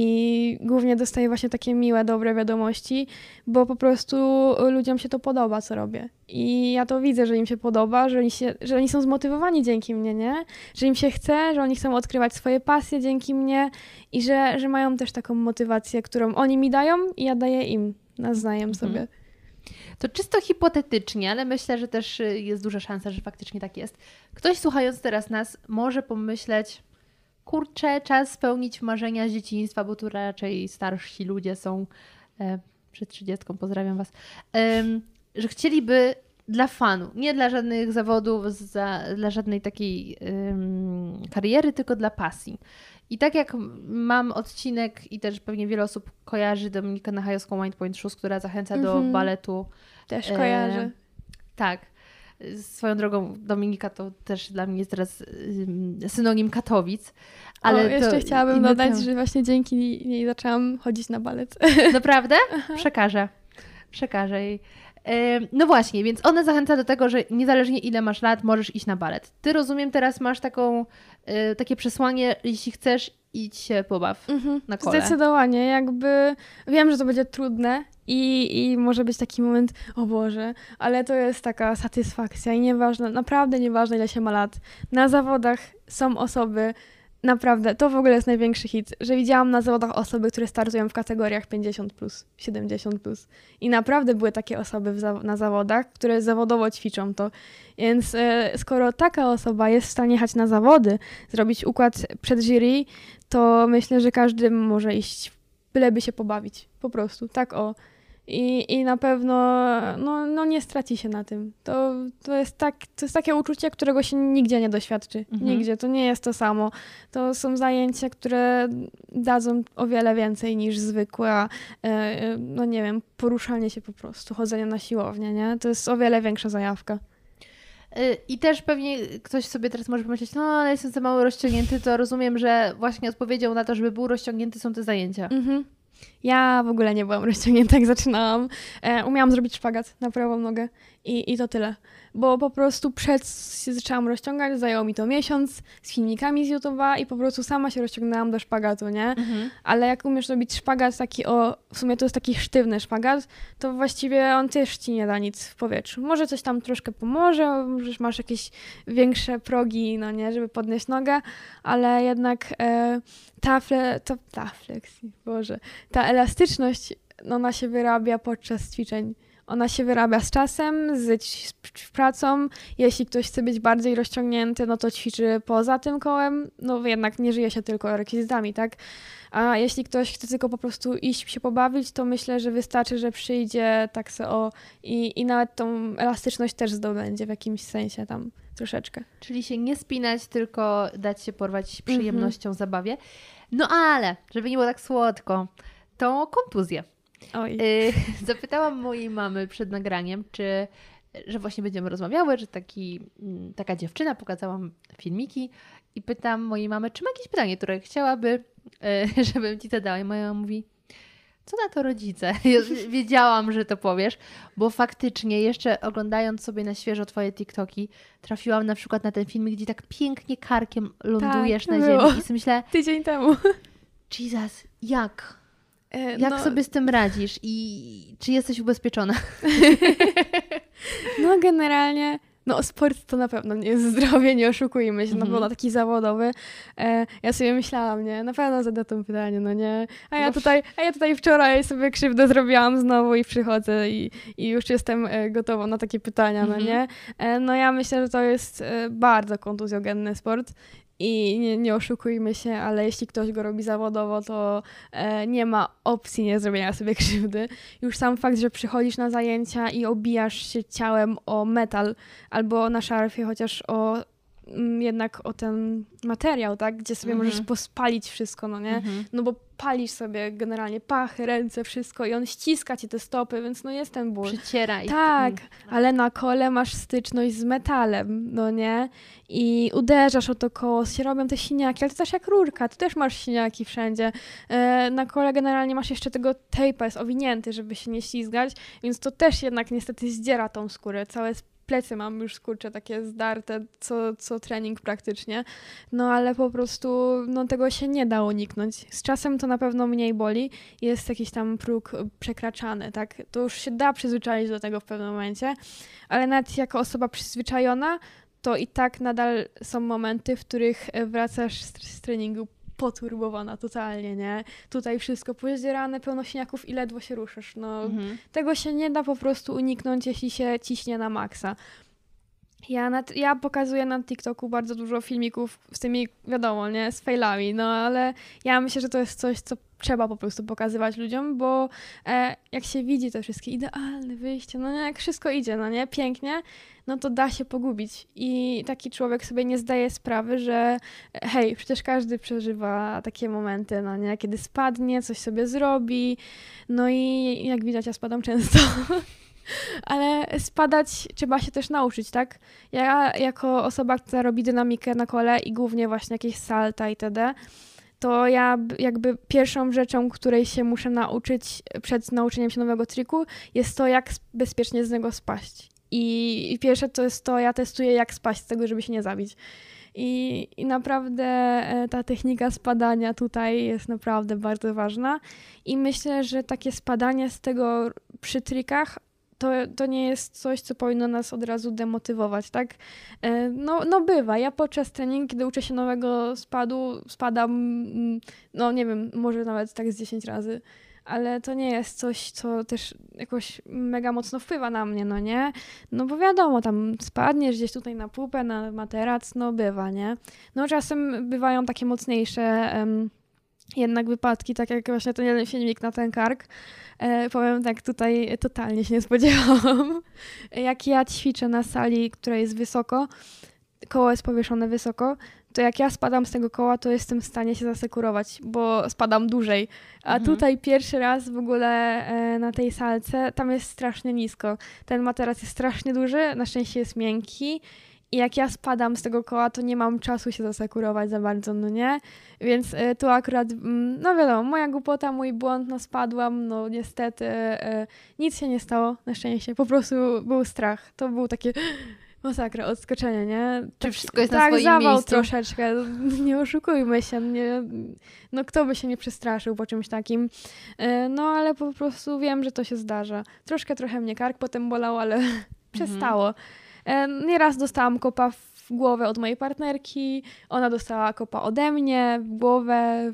i głównie dostaję właśnie takie miłe, dobre wiadomości, bo po prostu ludziom się to podoba, co robię. I ja to widzę, że im się podoba, że oni, się, że oni są zmotywowani dzięki mnie, nie? Że im się chce, że oni chcą odkrywać swoje pasje dzięki mnie i że, że mają też taką motywację, którą oni mi dają i ja daję im nawzajem sobie. Mhm. To czysto hipotetycznie, ale myślę, że też jest duża szansa, że faktycznie tak jest. Ktoś słuchając teraz nas może pomyśleć, kurczę, czas spełnić marzenia z dzieciństwa, bo tu raczej starsi ludzie są, e, przed trzydziestką, pozdrawiam Was, e, że chcieliby dla fanu, nie dla żadnych zawodów, za, dla żadnej takiej um, kariery, tylko dla pasji. I tak jak mam odcinek i też pewnie wiele osób kojarzy Dominikę Nachajowską Mind Point Shoes, która zachęca mm-hmm. do baletu. Też kojarzy. E, tak. Swoją drogą Dominika to też dla mnie jest teraz y, synonim Katowic. Ale o, jeszcze to chciałabym dodać, tem... że właśnie dzięki niej zaczęłam chodzić na balet. Naprawdę? Przekażę. Przekażę jej. No właśnie, więc ona zachęca do tego, że niezależnie ile masz lat, możesz iść na balet. Ty, rozumiem, teraz masz taką, y, takie przesłanie, jeśli chcesz, idź się pobaw mhm. na kole. Zdecydowanie, jakby wiem, że to będzie trudne i, i może być taki moment, o Boże, ale to jest taka satysfakcja i nieważne, naprawdę nieważne ile się ma lat. Na zawodach są osoby, naprawdę, to w ogóle jest największy hit, że widziałam na zawodach osoby, które startują w kategoriach pięćdziesiąt plus, siedemdziesiąt plus. I naprawdę były takie osoby w za- na zawodach, które zawodowo ćwiczą to. Więc e, skoro taka osoba jest w stanie jechać na zawody, zrobić układ przed jury, to myślę, że każdy może iść, byleby się pobawić. Po prostu, tak o. I, i na pewno no, no nie straci się na tym. To, to, jest tak, to jest takie uczucie, którego się nigdzie nie doświadczy. Mhm. Nigdzie. To nie jest to samo. To są zajęcia, które dadzą o wiele więcej niż zwykłe, e, no nie wiem, poruszanie się po prostu, chodzenie na siłownię, nie? To jest o wiele większa zajawka. I też pewnie ktoś sobie teraz może pomyśleć, no ale jestem za mało rozciągnięty, to rozumiem, że właśnie odpowiedzią na to, żeby był rozciągnięty, są te zajęcia. Mhm. Ja w ogóle nie byłam rozciągnięta, jak zaczynałam. E, umiałam zrobić szpagat na prawą nogę i, i to tyle. Bo po prostu przed się zaczęłam rozciągać, zajęło mi to miesiąc z filmikami z YouTube'a i po prostu sama się rozciągnęłam do szpagatu, nie? Mhm. Ale jak umiesz robić szpagat taki o, w sumie to jest taki sztywny szpagat, to właściwie on też ci nie da nic w powietrzu. Może coś tam troszkę pomoże, może masz jakieś większe progi, no nie, żeby podnieść nogę, ale jednak e, ta, fle, to, ta fleksja, Boże, ta elastyczność, no ona się wyrabia podczas ćwiczeń. Ona się wyrabia z czasem, z, z pracą. Jeśli ktoś chce być bardziej rozciągnięty, no to ćwiczy poza tym kołem. No jednak nie żyje się tylko rekwizytami, tak? A jeśli ktoś chce tylko po prostu iść się pobawić, to myślę, że wystarczy, że przyjdzie tak se o i, i nawet tą elastyczność też zdobędzie w jakimś sensie tam troszeczkę. Czyli się nie spinać, tylko dać się porwać przyjemnością, mm-hmm. zabawie. No ale, żeby nie było tak słodko, to kontuzje. Oj. Zapytałam mojej mamy przed nagraniem, czy, że właśnie będziemy rozmawiały, że taki, taka dziewczyna, pokazałam filmiki i pytam mojej mamy, czy ma jakieś pytanie, które chciałaby, żebym ci zadała. I moja mama mówi, co na to rodzice? Ja wiedziałam, że to powiesz, bo faktycznie jeszcze oglądając sobie na świeżo twoje TikToki, trafiłam na przykład na ten filmik, gdzie tak pięknie karkiem lądujesz tak, na ziemi było. I sobie myślę, tydzień temu. Jesus, jak? Jak no, sobie z tym radzisz i czy jesteś ubezpieczona? No generalnie, no sport to na pewno nie jest zdrowie, nie oszukujmy się, mm-hmm. no bo na taki zawodowy. E, ja sobie myślałam, nie, na pewno zada to pytanie, no nie. A ja tutaj, a ja tutaj wczoraj sobie krzywdę zrobiłam znowu i przychodzę i, i już jestem e, gotowa na takie pytania, mm-hmm. no nie. E, no ja myślę, że to jest e, bardzo kontuzjogenny sport. I nie, nie oszukujmy się, ale jeśli ktoś go robi zawodowo, to e, nie ma opcji nie zrobienia sobie krzywdy. Już sam fakt, że przychodzisz na zajęcia i obijasz się ciałem o metal albo na szarfie, chociaż o m, jednak o ten materiał, tak? Gdzie sobie mhm. możesz pospalić wszystko, no nie? Mhm. No bo palisz sobie generalnie pachy, ręce, wszystko i on ściska ci te stopy, więc no jest ten ból. Przyciera ich. Tak, ale na kole masz styczność z metalem, no nie? I uderzasz o to koło, się robią te siniaki, ale to też jak rurka, ty też masz siniaki wszędzie. E, na kole generalnie masz jeszcze tego tejpa, jest owinięty, żeby się nie ślizgać, więc to też jednak niestety zdziera tą skórę, całe plecy mam już, kurczę, takie zdarte co, co trening praktycznie, no ale po prostu no, tego się nie da uniknąć. Z czasem to na pewno mniej boli, jest jakiś tam próg przekraczany, tak? To już się da przyzwyczaić do tego w pewnym momencie, ale nawet jako osoba przyzwyczajona, to i tak nadal są momenty, w których wracasz z, z treningu poturbowana totalnie, nie? Tutaj wszystko pozdzierane, pełno siniaków i ledwo się ruszysz. No, mhm. Tego się nie da po prostu uniknąć, jeśli się ciśnie na maksa. Ja, na, ja pokazuję na TikToku bardzo dużo filmików z tymi, wiadomo, nie? Z failami, no ale ja myślę, że to jest coś, co trzeba po prostu pokazywać ludziom, bo e, jak się widzi te wszystkie idealne wyjście, no nie, jak wszystko idzie, no nie, pięknie, no to da się pogubić i taki człowiek sobie nie zdaje sprawy, że hej, przecież każdy przeżywa takie momenty, no nie, kiedy spadnie, coś sobie zrobi, no i jak widać, ja spadam często. Ale spadać trzeba się też nauczyć, tak? Ja jako osoba, która robi dynamikę na kole i głównie właśnie jakieś salta itd., to ja jakby pierwszą rzeczą, której się muszę nauczyć przed nauczeniem się nowego triku, jest to, jak bezpiecznie z niego spaść. I, i pierwsze to jest to, ja testuję, jak spaść z tego, żeby się nie zabić. I, I naprawdę ta technika spadania tutaj jest naprawdę bardzo ważna. I myślę, że takie spadanie z tego przy trikach To, to nie jest coś, co powinno nas od razu demotywować, tak? No, no bywa. Ja podczas treningu, kiedy uczę się nowego spadu, spadam, no nie wiem, może nawet tak z dziesięć razy, ale to nie jest coś, co też jakoś mega mocno wpływa na mnie, no nie? No bo wiadomo, tam spadniesz gdzieś tutaj na pupę, na materac, no bywa, nie? No czasem bywają takie mocniejsze um, jednak wypadki, tak jak właśnie ten jeden filmik na ten kark. E, powiem tak, tutaj totalnie się nie spodziewałam. Jak ja ćwiczę na sali, która jest wysoko, koło jest powieszone wysoko, to jak ja spadam z tego koła, to jestem w stanie się zasekurować, bo spadam dłużej. A mhm. tutaj pierwszy raz w ogóle e, na tej salce, tam jest strasznie nisko. Ten materac jest strasznie duży, na szczęście jest miękki I jak ja spadam z tego koła, to nie mam czasu się zasekurować za bardzo, no nie? Więc y, tu akurat, mm, no wiadomo, moja głupota, mój błąd, no spadłam, no niestety y, nic się nie stało, na szczęście. Po prostu był strach. To był takie masakra, odskoczenie, nie? Czy Tak, wszystko jest na tak, swoim zawał miejscu? troszeczkę, nie oszukujmy się, nie, no kto by się nie przestraszył po czymś takim. Y, no ale po prostu wiem, że to się zdarza. Troszkę trochę mnie kark potem bolał, ale przestało. Nieraz dostałam kopa w głowę od mojej partnerki, ona dostała kopa ode mnie w głowę.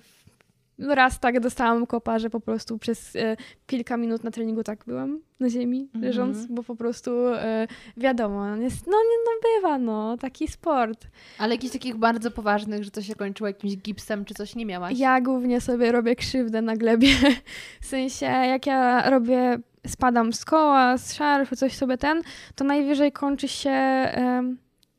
No raz tak dostałam kopa, że po prostu przez e, kilka minut na treningu tak byłam na ziemi Mhm. leżąc, bo po prostu e, wiadomo, no, jest, no, nie, no bywa, no, taki sport. Ale jakichś takich bardzo poważnych, że to się kończyło jakimś gipsem, czy coś nie miałaś? Ja głównie sobie robię krzywdę na glebie. W sensie, jak ja robię, spadam z koła, z szarfu, coś sobie ten, to najwyżej kończy się, em,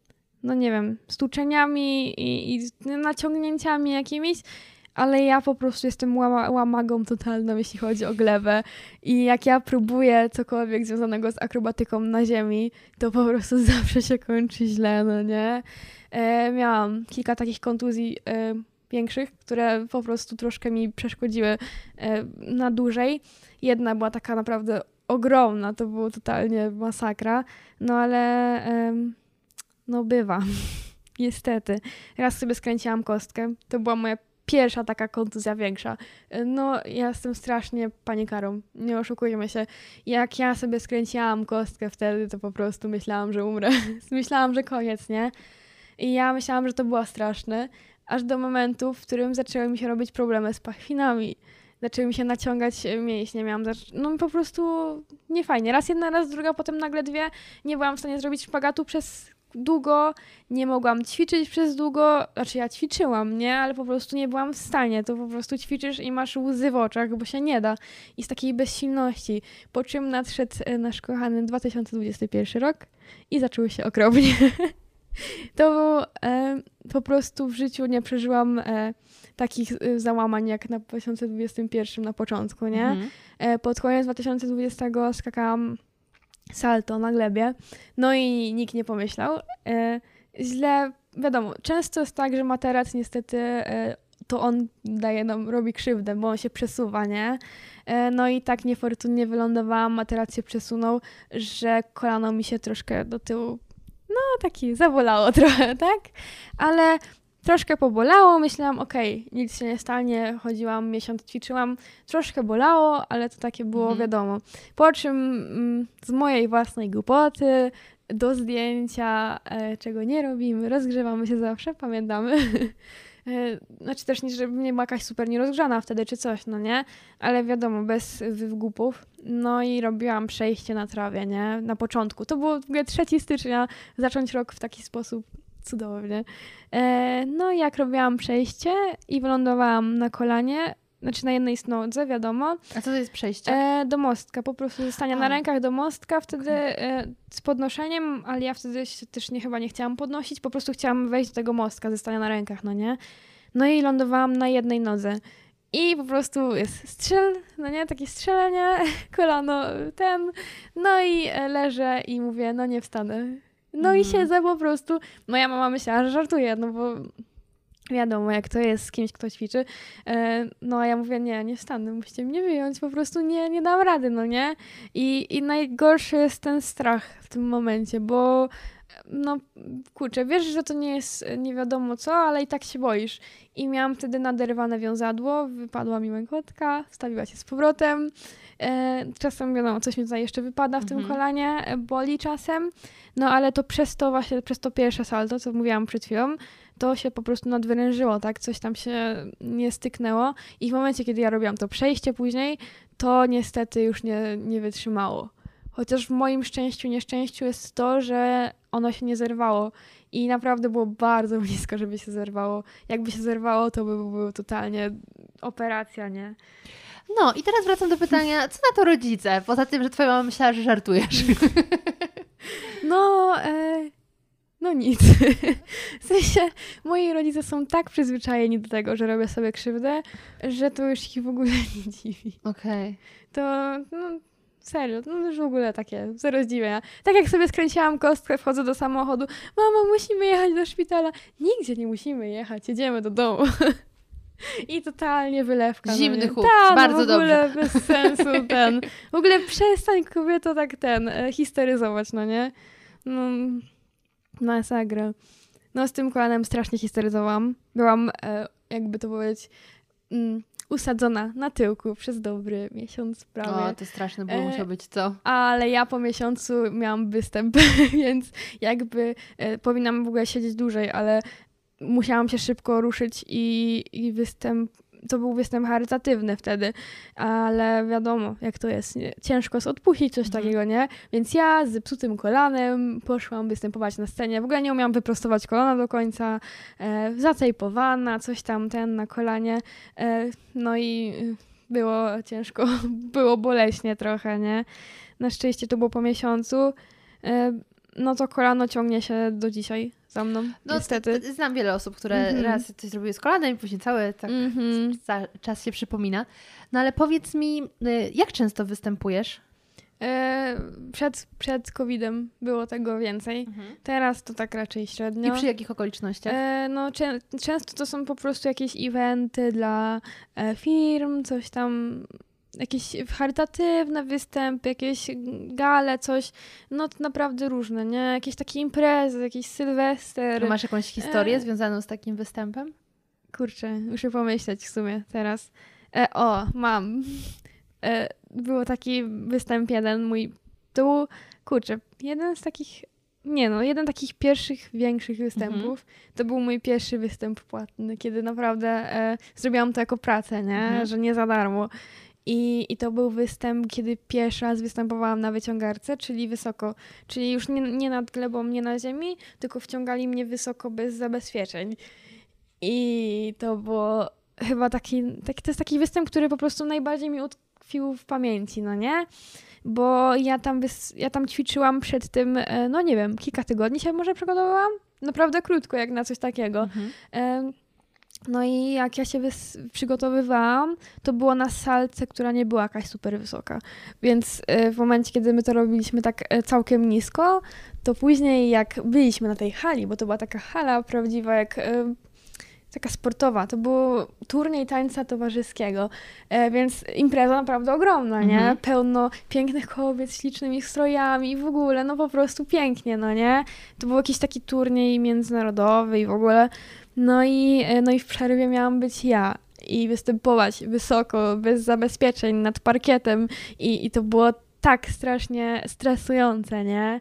no nie wiem, stłuczeniami i, i naciągnięciami jakimiś, ale ja po prostu jestem łama, łamagą totalną, jeśli chodzi o glebę. I jak ja próbuję cokolwiek związanego z akrobatyką na ziemi, to po prostu zawsze się kończy źle, no nie? E, miałam kilka takich kontuzji e, większych, które po prostu troszkę mi przeszkodziły e, na dłużej. Jedna była taka naprawdę ogromna, to było totalnie masakra, no ale e, no bywa, niestety. Raz sobie skręciłam kostkę, to była moja pierwsza taka kontuzja większa. No, ja jestem strasznie panikarą, nie oszukujmy się. Jak ja sobie skręciłam kostkę wtedy, to po prostu myślałam, że umrę. Myślałam, że koniec, nie? I ja myślałam, że to było straszne, aż do momentu, w którym zaczęły mi się robić problemy z pachwinami. Zaczęły mi się naciągać mięśnie, miałam, zac- no po prostu niefajnie. Raz jedna, raz druga, potem nagle dwie. Nie byłam w stanie zrobić szpagatu przez długo, nie mogłam ćwiczyć przez długo, znaczy ja ćwiczyłam, nie, ale po prostu nie byłam w stanie, to po prostu ćwiczysz i masz łzy w oczach, bo się nie da i z takiej bezsilności, po czym nadszedł nasz kochany dwa tysiące dwudziesty pierwszy rok i zaczęły się okropnie. To było, e, po prostu w życiu nie przeżyłam e, takich e, załamań jak na dwa tysiące dwudziestym pierwszym na początku, nie? Mhm. E, pod koniec dwa tysiące dwudziestego skakałam salto na glebie, no i nikt nie pomyślał. E, źle, wiadomo, często jest tak, że materac niestety e, to on daje nam, robi krzywdę, bo on się przesuwa, nie? E, no i tak niefortunnie wylądowałam, materac się przesunął, że kolano mi się troszkę do tyłu, no taki zabolało trochę, tak? Ale troszkę pobolało, myślałam, okej, okay, nic się nie stanie, chodziłam, miesiąc ćwiczyłam, troszkę bolało, ale to takie było Mhm. wiadomo. Po czym mm, z mojej własnej głupoty do zdjęcia, e, czego nie robimy, rozgrzewamy się zawsze, pamiętamy. e, znaczy też nie, żebym nie była jakaś super nierozgrzana wtedy czy coś, no nie? Ale wiadomo, bez wygłupów. No i robiłam przejście na trawie, nie? Na początku. To było w ogóle trzeciego stycznia, zacząć rok w taki sposób. Cudownie. E, no i jak robiłam przejście i wylądowałam na kolanie, znaczy na jednej nodze, wiadomo. A co to jest przejście? E, do mostka, po prostu zostania A. na rękach do mostka, wtedy e, z podnoszeniem, ale ja wtedy się też nie, chyba nie chciałam podnosić, po prostu chciałam wejść do tego mostka, zostania na rękach, no nie? No i lądowałam na jednej nodze. I po prostu jest strzel, no nie, takie strzelenie, kolano ten, no i e, leżę i mówię, no nie wstanę. No Mhm. i siedzę po prostu. Moja mama myślała, że żartuję, no bo wiadomo, jak to jest z kimś, kto ćwiczy. E, no a ja mówię, nie, nie wstanę, musicie mnie wyjąć, po prostu nie, nie dam rady, no nie? I, i najgorszy jest ten strach w tym momencie, bo no kurczę, wiesz, że to nie jest nie wiadomo co, ale i tak się boisz. I miałam wtedy naderwane wiązadło, wypadła mi łękotka, wstawiła się z powrotem. E, czasem, wiadomo, coś mi tutaj jeszcze wypada w Mhm. tym kolanie, e, boli czasem, no ale to przez to właśnie, przez to pierwsze salto, co mówiłam przed chwilą, to się po prostu nadwyrężyło, tak? Coś tam się nie styknęło i w momencie, kiedy ja robiłam to przejście później, to niestety już nie, nie wytrzymało. Chociaż w moim szczęściu, nieszczęściu jest to, że ono się nie zerwało i naprawdę było bardzo blisko, żeby się zerwało. Jakby się zerwało, to by była totalnie operacja, nie? No i teraz wracam do pytania, co na to rodzice? Poza tym, że twoja mama myślała, że żartujesz. No, e, no nic. W sensie moi rodzice są tak przyzwyczajeni do tego, że robię sobie krzywdę, że to już ich w ogóle nie dziwi. Okej. To, no, Serio, no już w ogóle takie, zero zdziwienia. Tak jak sobie skręciłam kostkę, wchodzę do samochodu, mamo, musimy jechać do szpitala. Nigdzie nie musimy jechać, jedziemy do domu. I totalnie wylewka. Zimny no chłop, Ta, bardzo no w ogóle dobrze. bez sensu ten. W ogóle przestań kobieto tak ten, e, histeryzować, no nie? No, masakra. No z tym kolanem strasznie histeryzowałam. Byłam, e, jakby to powiedzieć, mm, usadzona na tyłku przez dobry miesiąc prawie. O, to straszne było, E, musiało być co? Ale ja po miesiącu miałam występ, więc jakby e, powinnam w ogóle siedzieć dłużej, ale musiałam się szybko ruszyć i, i występ, to był występ charytatywny wtedy, ale wiadomo, jak to jest, nie? Ciężko jest odpuścić coś Mhm. takiego, nie? Więc ja z zepsutym kolanem poszłam występować na scenie. W ogóle nie umiałam wyprostować kolana do końca, e, zatejpowana, coś tam ten na kolanie, e, no i było ciężko, było boleśnie trochę, nie? Na szczęście to było po miesiącu, e, no to kolano ciągnie się do dzisiaj za mną, No, niestety. t- znam wiele osób, które Mhm. raz coś zrobiły z kolanem i później cały tak Mhm. za, czas się przypomina. No ale powiedz mi, y, jak często występujesz? E, przed, przed kowidem było tego więcej. Teraz to tak raczej średnio. I przy jakich okolicznościach? E, no, czę- często to są po prostu jakieś eventy dla e, firm, coś tam, jakieś charytatywne występy, jakieś gale, coś, no to naprawdę różne, nie? Jakieś takie imprezy, jakiś sylwester. A masz jakąś historię e, związaną z takim występem? Kurczę, muszę pomyśleć w sumie teraz. E, o, mam. E, był taki występ jeden mój. To był, kurczę, jeden z takich, nie no, jeden z takich pierwszych, większych występów. Mhm. To był mój pierwszy występ płatny, kiedy naprawdę e, zrobiłam to jako pracę, nie? Mhm. Że nie za darmo. I, I to był występ, kiedy pierwszy raz występowałam na wyciągarce, czyli wysoko. Czyli już nie, nie nad glebą, nie na ziemi, tylko wciągali mnie wysoko bez zabezpieczeń. I to było chyba taki, taki, to jest taki występ, który po prostu najbardziej mi utkwił w pamięci, no nie? Bo ja tam, wys- ja tam ćwiczyłam przed tym, e, no nie wiem, kilka tygodni się może przygotowałam. Naprawdę krótko, jak na coś takiego. Mhm. E, No i jak ja się wys- przygotowywałam, to było na salce, która nie była jakaś super wysoka. Więc e, w momencie, kiedy my to robiliśmy tak e, całkiem nisko, to później jak byliśmy na tej hali, bo to była taka hala prawdziwa, jak e, taka sportowa, to był turniej tańca towarzyskiego, e, więc impreza naprawdę ogromna, nie? Mhm. Pełno pięknych kobiet z ślicznymi strojami i w ogóle, no po prostu pięknie, no nie? To był jakiś taki turniej międzynarodowy i w ogóle. No i, e, no i w przerwie miałam być ja i występować wysoko, bez zabezpieczeń, nad parkietem i, i to było tak strasznie stresujące, nie?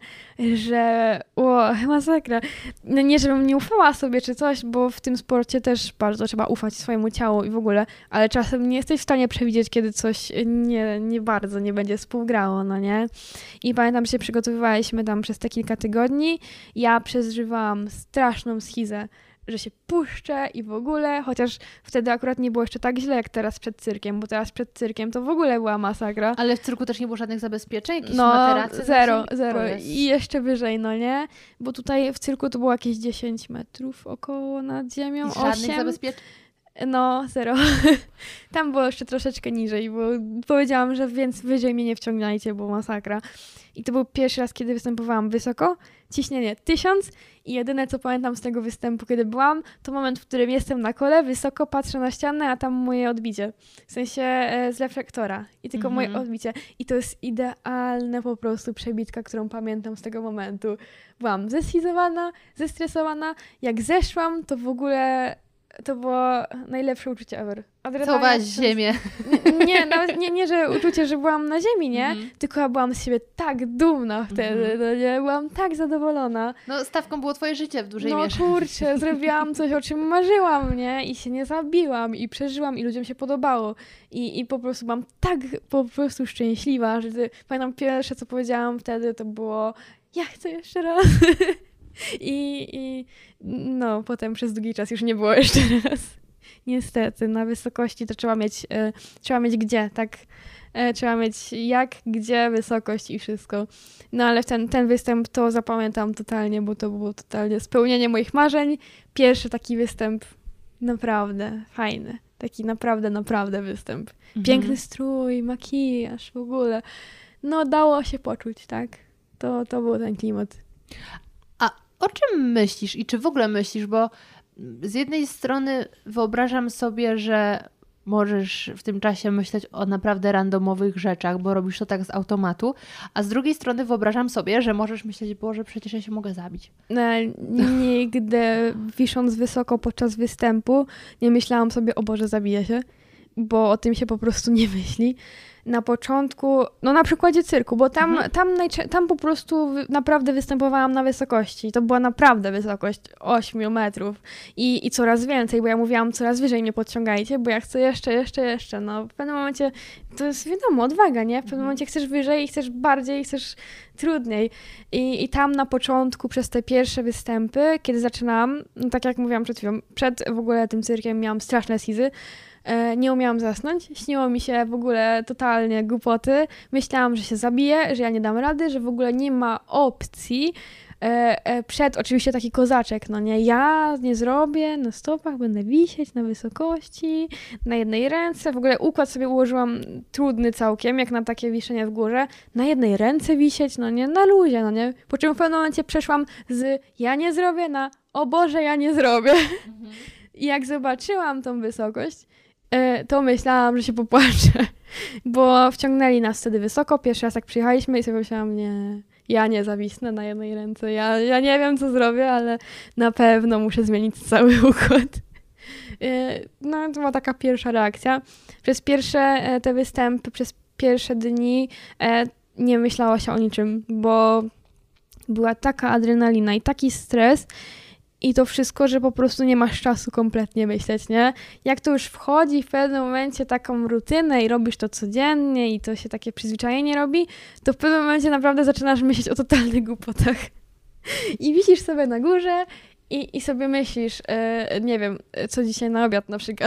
Że o, masakra. No nie, żebym nie ufała sobie czy coś, bo w tym sporcie też bardzo trzeba ufać swojemu ciału i w ogóle, ale czasem nie jesteś w stanie przewidzieć, kiedy coś nie, nie bardzo nie będzie współgrało, no nie? I pamiętam, że się przygotowywaliśmy tam przez te kilka tygodni. Ja przeżywałam straszną schizę, że się puszczę i w ogóle, chociaż wtedy akurat nie było jeszcze tak źle jak teraz przed cyrkiem, bo teraz przed cyrkiem to w ogóle była masakra. Ale w cyrku też nie było żadnych zabezpieczeń? Jakieś No, materace? zero, takie? zero. O Jezu. I jeszcze wyżej, no nie? Bo tutaj w cyrku to było jakieś dziesięć metrów około nad ziemią, I żadnych osiem. zabezpieczeń? No, zero. Tam było jeszcze troszeczkę niżej, bo powiedziałam, że więc wyżej mnie nie wciągnajcie, bo masakra. I to był pierwszy raz, kiedy występowałam wysoko. Ciśnienie tysiąc i jedyne, co pamiętam z tego występu, kiedy byłam, to moment, w którym jestem na kole, wysoko patrzę na ścianę, a tam moje odbicie. W sensie e, z reflektora. I tylko Mhm. moje odbicie. I to jest idealna po prostu przebitka, którą pamiętam z tego momentu. Byłam zeschizowana, zestresowana. Jak zeszłam, to w ogóle to było najlepsze uczucie ever. Adrenalina Całowałaś tysiąc. ziemię. Nie, nie, nawet nie, nie, że uczucie, że byłam na ziemi, nie? Mhm. Tylko ja byłam z siebie tak dumna wtedy, Mhm. no nie? Byłam tak zadowolona. No stawką było twoje życie w dużej No mierze. kurczę, zrobiłam coś, o czym marzyłam, nie? I się nie zabiłam i przeżyłam i ludziom się podobało. I, i po prostu byłam tak po prostu szczęśliwa, że ty, pamiętam pierwsze, co powiedziałam wtedy, to było ja chcę jeszcze raz. I, I no, potem przez długi czas już nie było jeszcze raz. Niestety, na wysokości to trzeba mieć, e, trzeba mieć gdzie, tak? E, trzeba mieć jak, gdzie, wysokość i wszystko. No ale ten, ten występ to zapamiętam totalnie, bo to było totalnie spełnienie moich marzeń. Pierwszy taki występ naprawdę fajny. Taki naprawdę, naprawdę występ. Mhm. Piękny strój, makijaż, w ogóle. no dało się poczuć, tak? To, to był ten klimat. A o czym myślisz i czy w ogóle myślisz? Bo z jednej strony wyobrażam sobie, że możesz w tym czasie myśleć o naprawdę randomowych rzeczach, bo robisz to tak z automatu, a z drugiej strony wyobrażam sobie, że możesz myśleć, Boże, przecież ja się mogę zabić. E, nigdy wisząc wysoko podczas występu nie myślałam sobie, o Boże, zabiję się, bo o tym się po prostu nie myśli. Na początku, no na przykładzie cyrku, bo tam, Mhm. tam, najczę- tam po prostu wy- naprawdę występowałam na wysokości. To była naprawdę wysokość ośmiu metrów i, i coraz więcej, bo ja mówiłam, coraz wyżej mnie podciągajcie, bo ja chcę jeszcze, jeszcze, jeszcze. No w pewnym momencie, to jest wiadomo, odwaga, nie? W pewnym Mhm. momencie chcesz wyżej, chcesz bardziej, chcesz trudniej. I, I tam na początku, przez te pierwsze występy, kiedy zaczynałam, no tak jak mówiłam przed chwilą, przed w ogóle tym cyrkiem miałam straszne schizy. E, Nie umiałam zasnąć, śniło mi się w ogóle totalnie głupoty. Myślałam, że się zabiję, że ja nie dam rady, że w ogóle nie ma opcji. E, e, Przed oczywiście taki kozaczek, no nie, ja nie zrobię, na stopach będę wisieć na wysokości, na jednej ręce. W ogóle układ sobie ułożyłam trudny całkiem, jak na takie wiszenie w górze. Na jednej ręce wisieć, no nie, na luzie, no nie. Po czym w pewnym momencie przeszłam z ja nie zrobię na o Boże, ja nie zrobię. I jak zobaczyłam tą wysokość, e, to myślałam, że się popłaczę, bo wciągnęli nas wtedy wysoko. Pierwszy raz jak przyjechaliśmy i sobie myślałam, nie, ja nie zawisnę na jednej ręce. Ja, ja nie wiem, co zrobię, ale na pewno muszę zmienić cały układ. E, No, to była taka pierwsza reakcja. Przez pierwsze e, te występy, przez pierwsze dni e, nie myślało się o niczym, bo była taka adrenalina i taki stres, i to wszystko, że po prostu nie masz czasu kompletnie myśleć, nie? Jak to już wchodzi w pewnym momencie taką rutynę i robisz to codziennie i to się takie przyzwyczajenie robi, to w pewnym momencie naprawdę zaczynasz myśleć o totalnych głupotach. I wisisz sobie na górze i, i sobie myślisz, e, nie wiem, co dzisiaj na obiad na przykład.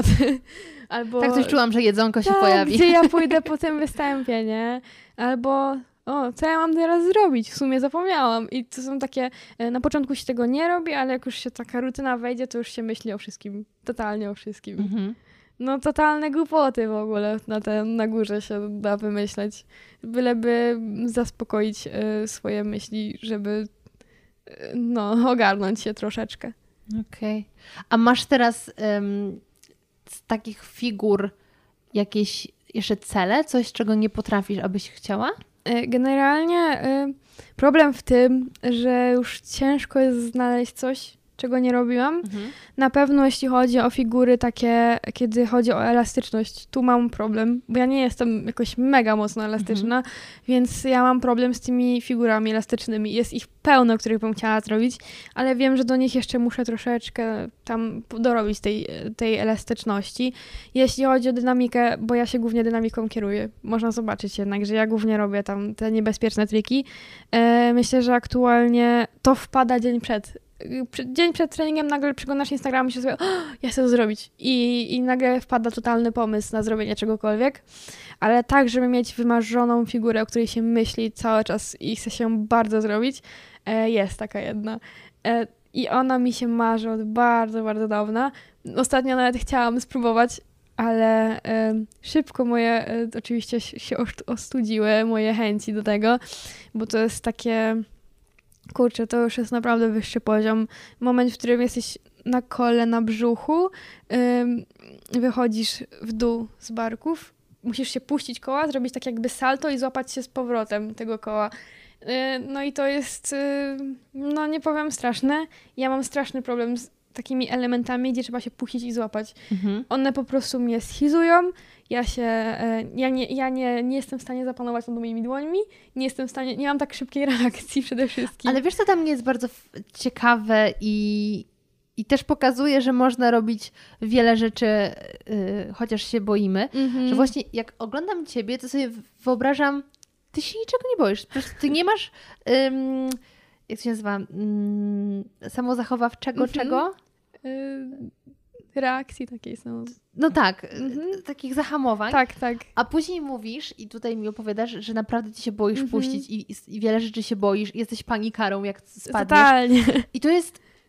Albo Tak coś czułam, że jedzonko się tak, pojawi. gdzie ja pójdę po tym występie, nie? Albo o, co ja mam teraz zrobić? W sumie zapomniałam. I to są takie, e, na początku się tego nie robi, ale jak już się taka rutyna wejdzie, to już się myśli o wszystkim. Totalnie o wszystkim. Mhm. No totalne głupoty w ogóle na, te, na górze się da wymyśleć. Byleby zaspokoić e, swoje myśli, żeby e, no, ogarnąć się troszeczkę. Okej. A masz teraz em, z takich figur jakieś jeszcze cele? Coś, czego nie potrafisz, abyś chciała? E, Generalnie e, problem w tym, że już ciężko jest znaleźć coś, czego nie robiłam. Mhm. Na pewno jeśli chodzi o figury takie, kiedy chodzi o elastyczność, tu mam problem, bo ja nie jestem jakoś mega mocno elastyczna, więc ja mam problem z tymi figurami elastycznymi. Jest ich pełno, których bym chciała zrobić, ale wiem, że do nich jeszcze muszę troszeczkę tam dorobić tej, tej elastyczności. Jeśli chodzi o dynamikę, bo ja się głównie dynamiką kieruję, można zobaczyć jednak, że ja głównie robię tam te niebezpieczne triki. E, myślę, że aktualnie to wpada dzień przed. Dzień przed treningiem nagle przeglądasz Instagram i myślisz sobie, oh, ja chcę to zrobić. I, I nagle wpada totalny pomysł na zrobienie czegokolwiek. Ale tak, żeby mieć wymarzoną figurę, o której się myśli cały czas i chce się bardzo zrobić, e, jest taka jedna. E, I ona mi się marzy od bardzo, bardzo dawna. Ostatnio nawet chciałam spróbować, ale e, szybko moje, e, oczywiście się ostudziły moje chęci do tego, bo to jest takie... Kurczę, to już jest naprawdę wyższy poziom. Moment, w którym jesteś na kole, na brzuchu, ym, wychodzisz w dół z barków, musisz się puścić koła, zrobić tak jakby salto i złapać się z powrotem tego koła. Yy, no i to jest, yy, no nie powiem straszne. Ja mam straszny problem z takimi elementami, gdzie trzeba się puścić i złapać. Mhm. One po prostu mnie schizują. Ja się, e, ja, nie, ja nie, nie jestem w stanie zapanować nad moimi dłońmi, nie jestem w stanie, nie mam tak szybkiej reakcji przede wszystkim. Ale wiesz, co tam jest bardzo f- ciekawe i, i też pokazuje, że można robić wiele rzeczy, yy, chociaż się boimy, Mhm. że właśnie jak oglądam ciebie, to sobie wyobrażam, ty się niczego nie boisz. Po prostu ty nie masz, ym, jak to się nazywa, ym, samozachowawczego Mhm. czego? Y, reakcji takiej są. No tak, Mhm. y, takich zahamowań. Tak, tak. A później mówisz i tutaj mi opowiadasz, że naprawdę ty się boisz Mhm. puścić i, i, i wiele rzeczy się boisz, jesteś panikarą, jak spadniesz. Totalnie. I to jest,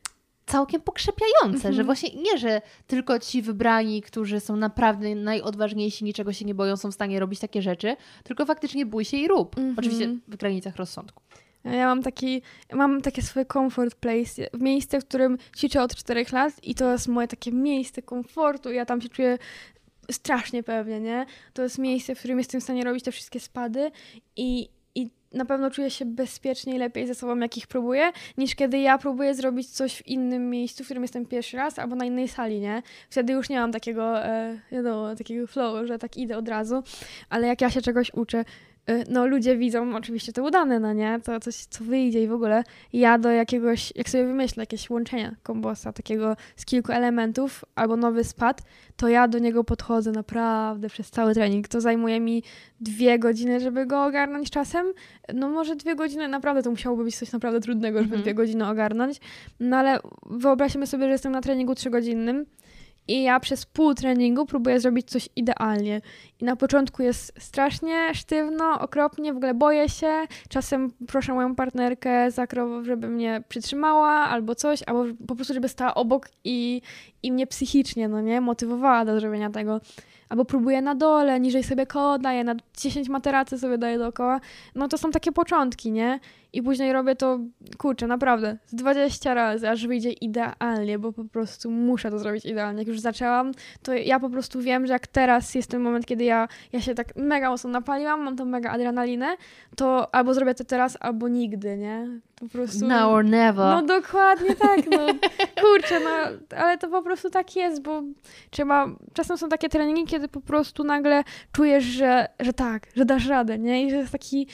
całkiem pokrzepiające, Mhm. że właśnie nie, że tylko ci wybrani, którzy są naprawdę najodważniejsi, niczego się nie boją, są w stanie robić takie rzeczy, tylko faktycznie bój się i rób. Mhm. Oczywiście w granicach rozsądku. Ja mam taki, mam takie swoje comfort place, w miejsce, w którym ćwiczę od czterech lat i to jest moje takie miejsce komfortu. Ja tam się czuję strasznie pewnie, nie? To jest miejsce, w którym jestem w stanie robić te wszystkie spady i, i na pewno czuję się bezpieczniej, lepiej ze sobą, jak ich próbuję, niż kiedy ja próbuję zrobić coś w innym miejscu, w którym jestem pierwszy raz, albo na innej sali, nie? Wtedy już nie mam takiego, e, wiadomo, takiego flow, że tak idę od razu, ale jak ja się czegoś uczę, no ludzie widzą oczywiście to udane, no nie? To coś, co wyjdzie i w ogóle ja do jakiegoś, jak sobie wymyślę jakieś łączenia kombosa, takiego z kilku elementów albo nowy spad, to ja do niego podchodzę naprawdę przez cały trening. To zajmuje mi dwie godziny, żeby go ogarnąć czasem. No może dwie godziny, naprawdę to musiałoby być coś naprawdę trudnego, żeby Mhm. dwie godziny ogarnąć. No ale wyobraźmy sobie, że jestem na treningu trzygodzinnym i ja przez pół treningu próbuję zrobić coś idealnie. I na początku jest strasznie sztywno, okropnie, w ogóle boję się. Czasem proszę moją partnerkę z akro, żeby mnie przytrzymała albo coś, albo po prostu, żeby stała obok i, i mnie psychicznie, no nie, motywowała do zrobienia tego. Albo próbuję na dole, niżej sobie koło daję, na dziesięć materacy sobie daję dookoła. No to są takie początki, nie? I później robię to, kurczę, naprawdę, z dwadzieścia razy, aż wyjdzie idealnie, bo po prostu muszę to zrobić idealnie. Jak już zaczęłam, to ja po prostu wiem, że jak teraz jest ten moment, kiedy ja, ja się tak mega mocno napaliłam, mam tą mega adrenalinę, to albo zrobię to teraz, albo nigdy, nie? Po prostu... Now or never. No dokładnie tak, no kurczę, no ale to po prostu tak jest, bo trzeba, czasem są takie treningi, kiedy po prostu nagle czujesz, że, że tak, że dasz radę, nie? I że jest taki,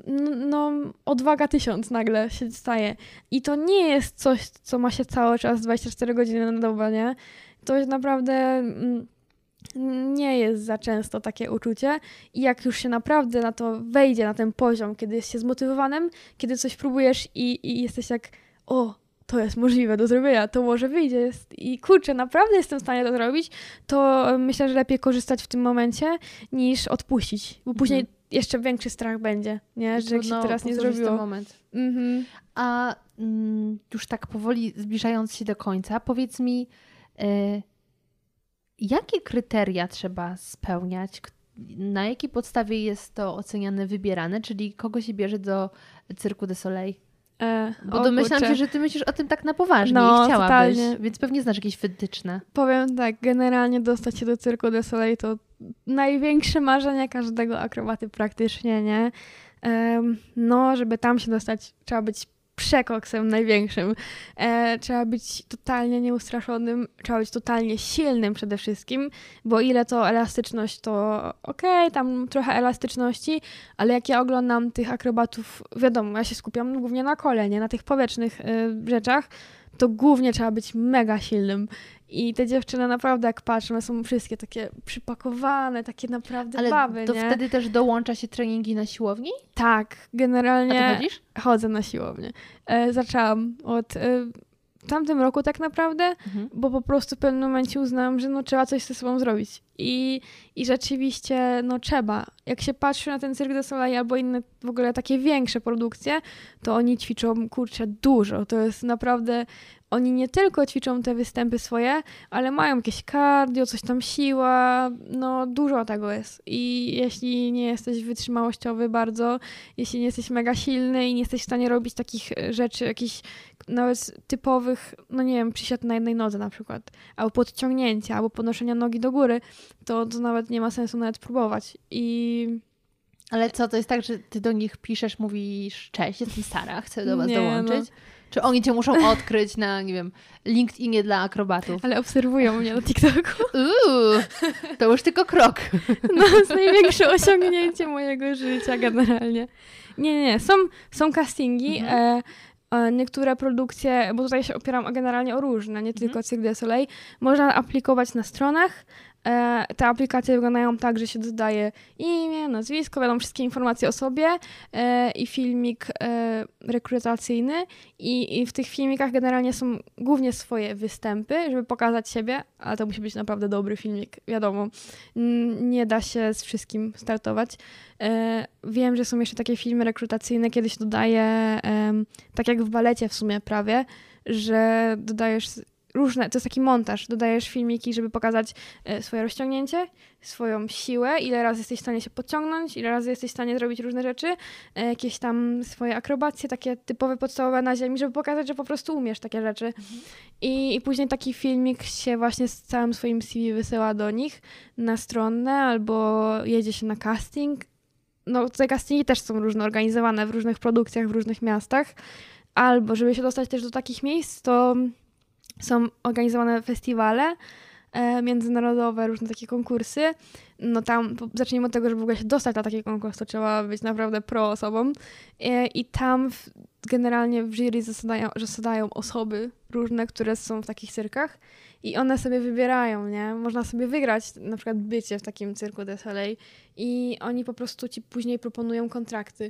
no odwaga tysiąc nagle się staje. I to nie jest coś, co ma się cały czas dwadzieścia cztery godziny na dobę, nie? To jest naprawdę... Mm, nie jest za często takie uczucie i jak już się naprawdę na to wejdzie, na ten poziom, kiedy jest się zmotywowanym, kiedy coś próbujesz i, i jesteś jak, o, to jest możliwe do zrobienia, to może wyjdzie jest i kurczę, naprawdę jestem w stanie to zrobić, to myślę, że lepiej korzystać w tym momencie niż odpuścić, bo później Mhm. jeszcze większy strach będzie, nie, że jak się teraz nie powtórzyć zrobiło. ten moment. Mhm. A mm, już tak powoli zbliżając się do końca, powiedz mi, y, jakie kryteria trzeba spełniać? K- Na jakiej podstawie jest to oceniane, wybierane? Czyli kogo się bierze do Cirque du Soleil? E, Bo o, domyślam kurczę. się, że ty myślisz o tym tak na poważnie No, i chciałabyś, totalnie. więc pewnie znasz jakieś wytyczne. Powiem tak, generalnie dostać się do Cirque du Soleil to największe marzenie każdego akrobaty praktycznie, nie? Em, no, żeby tam się dostać, trzeba być przekoksem największym. E, trzeba być totalnie nieustraszonym, trzeba być totalnie silnym przede wszystkim, bo ile to elastyczność, to okej, tam trochę elastyczności, ale jak ja oglądam tych akrobatów, wiadomo, ja się skupiam głównie na kole, nie? Na tych powietrznych y, rzeczach, to głównie trzeba być mega silnym. I te dziewczyny naprawdę, jak patrzę, one są wszystkie takie przypakowane, takie naprawdę Ale baby, to nie? wtedy też dołącza się treningi na siłowni? Tak, A generalnie ty chodzisz? chodzę na siłownię. E, zaczęłam od e, w tamtym roku tak naprawdę, Mhm. bo po prostu w pewnym momencie uznałam, że no trzeba coś ze sobą zrobić. I, i rzeczywiście no trzeba. Jak się patrzy na ten Cirque du Soleil albo inne w ogóle takie większe produkcje, to oni ćwiczą, kurczę, dużo. To jest naprawdę... Oni nie tylko ćwiczą te występy swoje, ale mają jakieś cardio, coś tam siła, no dużo tego jest. I jeśli nie jesteś wytrzymałościowy bardzo, jeśli nie jesteś mega silny i nie jesteś w stanie robić takich rzeczy, jakichś nawet typowych, no nie wiem, przysiad na jednej nodze na przykład, albo podciągnięcia, albo podnoszenia nogi do góry, to, to nawet nie ma sensu nawet próbować. I Ale co, to jest tak, że ty do nich piszesz, mówisz, cześć, jestem Sara, chcę do was Nie, dołączyć? no. Czy oni cię muszą odkryć na, nie wiem, LinkedInie dla akrobatów? ale obserwują mnie na TikToku. Uuu, to już tylko krok. No, to jest największe osiągnięcie mojego życia generalnie. Nie, nie, nie. Są, są castingi, Mhm. e, e, niektóre produkcje, bo tutaj się opieram generalnie o różne, nie tylko Cirque du Soleil. Można aplikować na stronach. E, te aplikacje wyglądają tak, że się dodaje imię, nazwisko, wiadomo, wszystkie informacje o sobie e, i filmik e, rekrutacyjny. I, I w tych filmikach generalnie są głównie swoje występy, żeby pokazać siebie, ale to musi być naprawdę dobry filmik, wiadomo. N- Nie da się z wszystkim startować. E, wiem, że są jeszcze takie filmy rekrutacyjne, kiedy się dodaje, em, tak jak w balecie w sumie prawie, że dodajesz różne, to jest taki montaż, dodajesz filmiki, żeby pokazać e, swoje rozciągnięcie, swoją siłę, ile razy jesteś w stanie się podciągnąć, ile razy jesteś w stanie zrobić różne rzeczy, e, jakieś tam swoje akrobacje, takie typowe, podstawowe na ziemi, żeby pokazać, że po prostu umiesz takie rzeczy. Mhm. I, I później taki filmik się właśnie z całym swoim C V wysyła do nich na stronę, albo jedzie się na casting. No te castingi też są różne, organizowane w różnych produkcjach, w różnych miastach. Albo żeby się dostać też do takich miejsc, to są organizowane festiwale e, międzynarodowe, różne takie konkursy. No tam, po, zacznijmy od tego, żeby w ogóle się dostać na taki konkurs, to trzeba być naprawdę pro osobą. E, I tam w, generalnie w jury zasadają, zasadają osoby różne, które są w takich cyrkach i one sobie wybierają, nie? Można sobie wygrać na przykład bycie w takim cyrku du Soleil i oni po prostu ci później proponują kontrakty.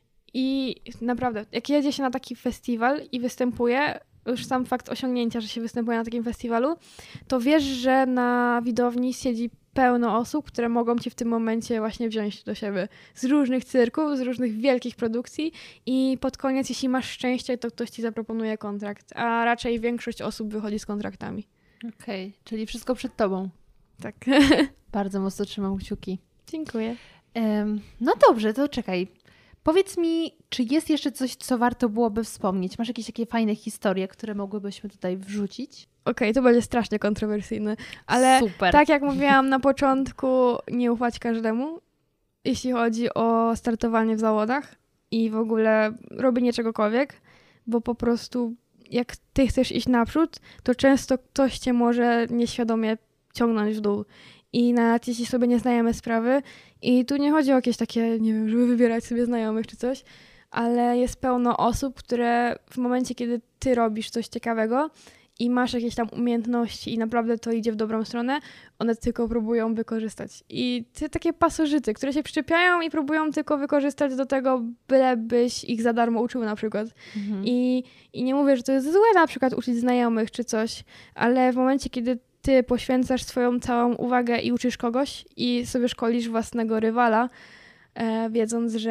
I naprawdę, jak jedzie się na taki festiwal i występuje, już sam fakt osiągnięcia, że się występuje na takim festiwalu, to wiesz, że na widowni siedzi pełno osób, które mogą cię w tym momencie właśnie wziąć do siebie z różnych cyrków, z różnych wielkich produkcji i pod koniec, jeśli masz szczęście, to ktoś ci zaproponuje kontrakt, a raczej większość osób wychodzi z kontraktami. Okej, okay, czyli wszystko przed tobą. Tak. Bardzo mocno trzymam kciuki. Dziękuję. Um, no dobrze, to czekaj. Powiedz mi, czy jest jeszcze coś, co warto byłoby wspomnieć? Masz jakieś takie fajne historie, które mogłybyśmy tutaj wrzucić? Okej, okay, to będzie strasznie kontrowersyjne, ale Super. Tak jak mówiłam na początku, nie ufać każdemu, jeśli chodzi o startowanie w zawodach i w ogóle robienie czegokolwiek, bo po prostu jak ty chcesz iść naprzód, to często ktoś cię może nieświadomie ciągnąć w dół. I nawet jeśli sobie nie zdajemy sprawy, i tu nie chodzi o jakieś takie, nie wiem, żeby wybierać sobie znajomych czy coś, ale jest pełno osób, które w momencie, kiedy ty robisz coś ciekawego i masz jakieś tam umiejętności i naprawdę to idzie w dobrą stronę, one tylko próbują wykorzystać. I ty takie pasożyty, które się przyczepiają i próbują tylko wykorzystać do tego, bylebyś ich za darmo uczył na przykład. Mhm. I, I nie mówię, że to jest złe na przykład uczyć znajomych czy coś, ale w momencie, kiedy ty poświęcasz swoją całą uwagę i uczysz kogoś i sobie szkolisz własnego rywala, e, wiedząc, że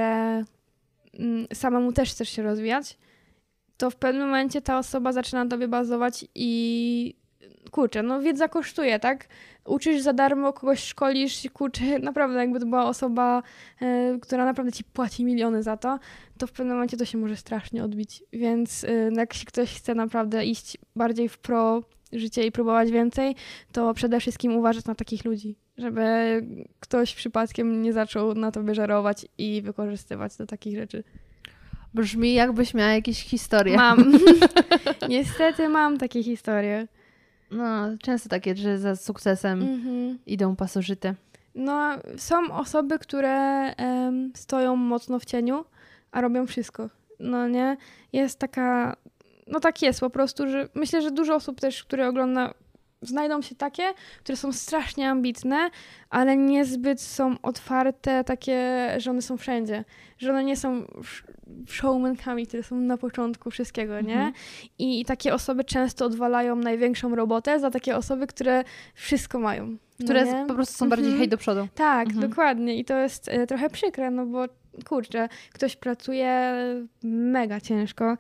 mm, samemu też chcesz się rozwijać, to w pewnym momencie ta osoba zaczyna na tobie bazować i kurczę, no wiedza kosztuje, tak? Uczysz za darmo, kogoś szkolisz, kurczę, naprawdę jakby to była osoba, e, która naprawdę ci płaci miliony za to, to w pewnym momencie to się może strasznie odbić. Więc e, jak się ktoś chce naprawdę iść bardziej w pro życie i próbować więcej, to przede wszystkim uważać na takich ludzi, żeby ktoś przypadkiem nie zaczął na tobie żerować i wykorzystywać do takich rzeczy. Brzmi jakbyś miała jakieś historie. Mam. Niestety mam takie historie. No, często takie, że za sukcesem mm-hmm. idą pasożyty. No, są osoby, które um, stoją mocno w cieniu, a robią wszystko. No nie? Jest taka... No tak jest po prostu, że myślę, że dużo osób też, które ogląda, znajdą się takie, które są strasznie ambitne, ale niezbyt są otwarte, takie, że one są wszędzie. Że one nie są showmankami, które są na początku wszystkiego, nie? Mhm. I, I takie osoby często odwalają największą robotę za takie osoby, które wszystko mają. Które no po prostu są mhm. bardziej hej do przodu. Tak, mhm. dokładnie. I to jest e, trochę przykre, no bo kurczę, ktoś pracuje mega ciężko,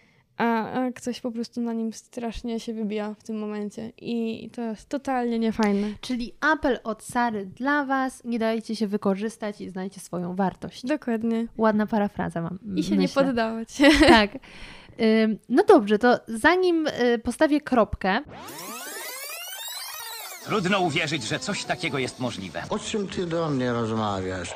A, a ktoś po prostu na nim strasznie się wybija w tym momencie. I to jest totalnie niefajne. Czyli apel od Sary dla was, nie dajcie się wykorzystać i znajcie swoją wartość. Dokładnie. Ładna parafraza mam. I się myślę. nie poddawać. Tak. No dobrze, to zanim postawię kropkę... Trudno uwierzyć, że coś takiego jest możliwe. O czym ty do mnie rozmawiasz?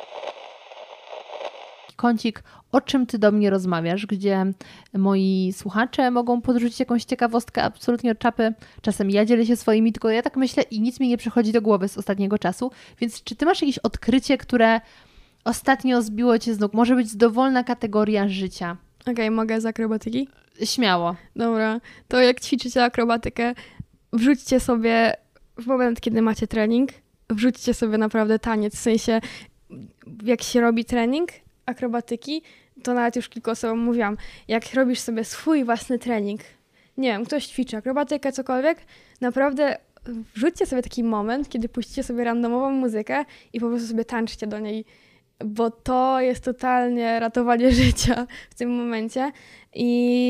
Kącik, o czym ty do mnie rozmawiasz, gdzie moi słuchacze mogą podrzucić jakąś ciekawostkę absolutnie od czapy. Czasem ja dzielę się swoimi, tylko ja tak myślę i nic mi nie przychodzi do głowy z ostatniego czasu. Więc czy ty masz jakieś odkrycie, które ostatnio zbiło cię z nóg? Może być dowolna kategoria życia. Okej, okay, mogę z akrobatyki? Śmiało. Dobra, to jak ćwiczycie akrobatykę, wrzućcie sobie w moment, kiedy macie trening, wrzućcie sobie naprawdę taniec. W sensie, jak się robi trening akrobatyki, to nawet już kilku osobom mówiłam, jak robisz sobie swój własny trening, nie wiem, ktoś ćwiczy akrobatykę, cokolwiek, naprawdę wrzućcie sobie taki moment, kiedy puścicie sobie randomową muzykę i po prostu sobie tańczcie do niej, bo to jest totalnie ratowanie życia w tym momencie i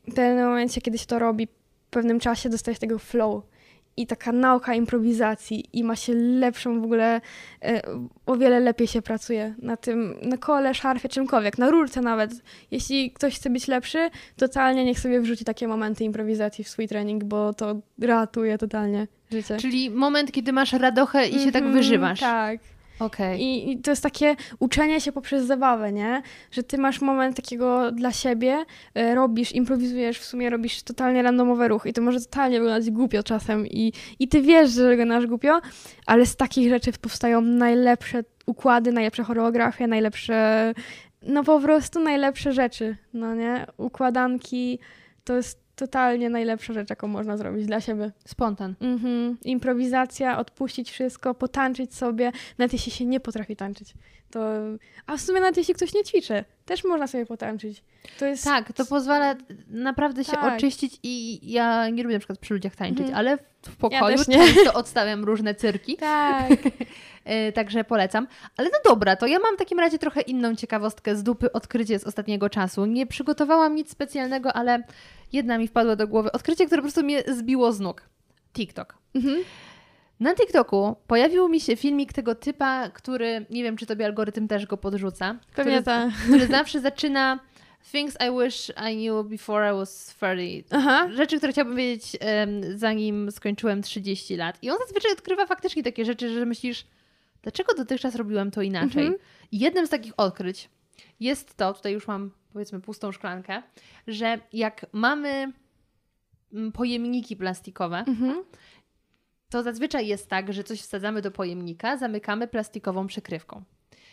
w pewnym momencie, kiedy się to robi, w pewnym czasie dostajesz tego flow. I taka nauka improwizacji i ma się lepszą w ogóle, e, o wiele lepiej się pracuje na tym, na kole, szarfie, czymkolwiek, na rurce nawet. Jeśli ktoś chce być lepszy, totalnie niech sobie wrzuci takie momenty improwizacji w swój trening, bo to ratuje totalnie życie. Czyli moment, kiedy masz radochę i się Mhm, tak wyżywasz. Tak. Okej. I, I to jest takie uczenie się poprzez zabawę, nie? Że ty masz moment takiego dla siebie, e, robisz, improwizujesz, w sumie robisz totalnie randomowe ruchy i to może totalnie wyglądać głupio czasem i, i ty wiesz, że wyglądasz głupio, ale z takich rzeczy powstają najlepsze układy, najlepsze choreografie, najlepsze, no po prostu najlepsze rzeczy, no nie? Układanki, to jest totalnie najlepsza rzecz, jaką można zrobić dla siebie. Spontan. Mhm. Improwizacja, odpuścić wszystko, potańczyć sobie, nawet jeśli się nie potrafi tańczyć. To... A w sumie nawet jeśli ktoś nie ćwiczy, też można sobie potańczyć. To jest... Tak, to pozwala naprawdę się Tak. oczyścić i ja nie lubię na przykład przy ludziach tańczyć, Mhm. ale w pokoju też nie. często odstawiam różne cyrki, Tak. e, także polecam. Ale no dobra, to ja mam w takim razie trochę inną ciekawostkę z dupy odkrycie z ostatniego czasu. Nie przygotowałam nic specjalnego, ale jedna mi wpadła do głowy. Odkrycie, które po prostu mnie zbiło z nóg. TikTok. Mhm. Na TikToku pojawił mi się filmik tego typa, który, nie wiem, czy tobie algorytm też go podrzuca, Pewnie który, tak. który zawsze zaczyna Things I wish I knew before I was thirty. Aha. Rzeczy, które chciałabym wiedzieć, um, zanim skończyłem trzydzieści lat. I on zazwyczaj odkrywa faktycznie takie rzeczy, że myślisz, dlaczego dotychczas robiłem to inaczej? Mhm. I jednym z takich odkryć jest to, tutaj już mam powiedzmy pustą szklankę, że jak mamy mm, pojemniki plastikowe, Mhm. to zazwyczaj jest tak, że coś wsadzamy do pojemnika, zamykamy plastikową przykrywką.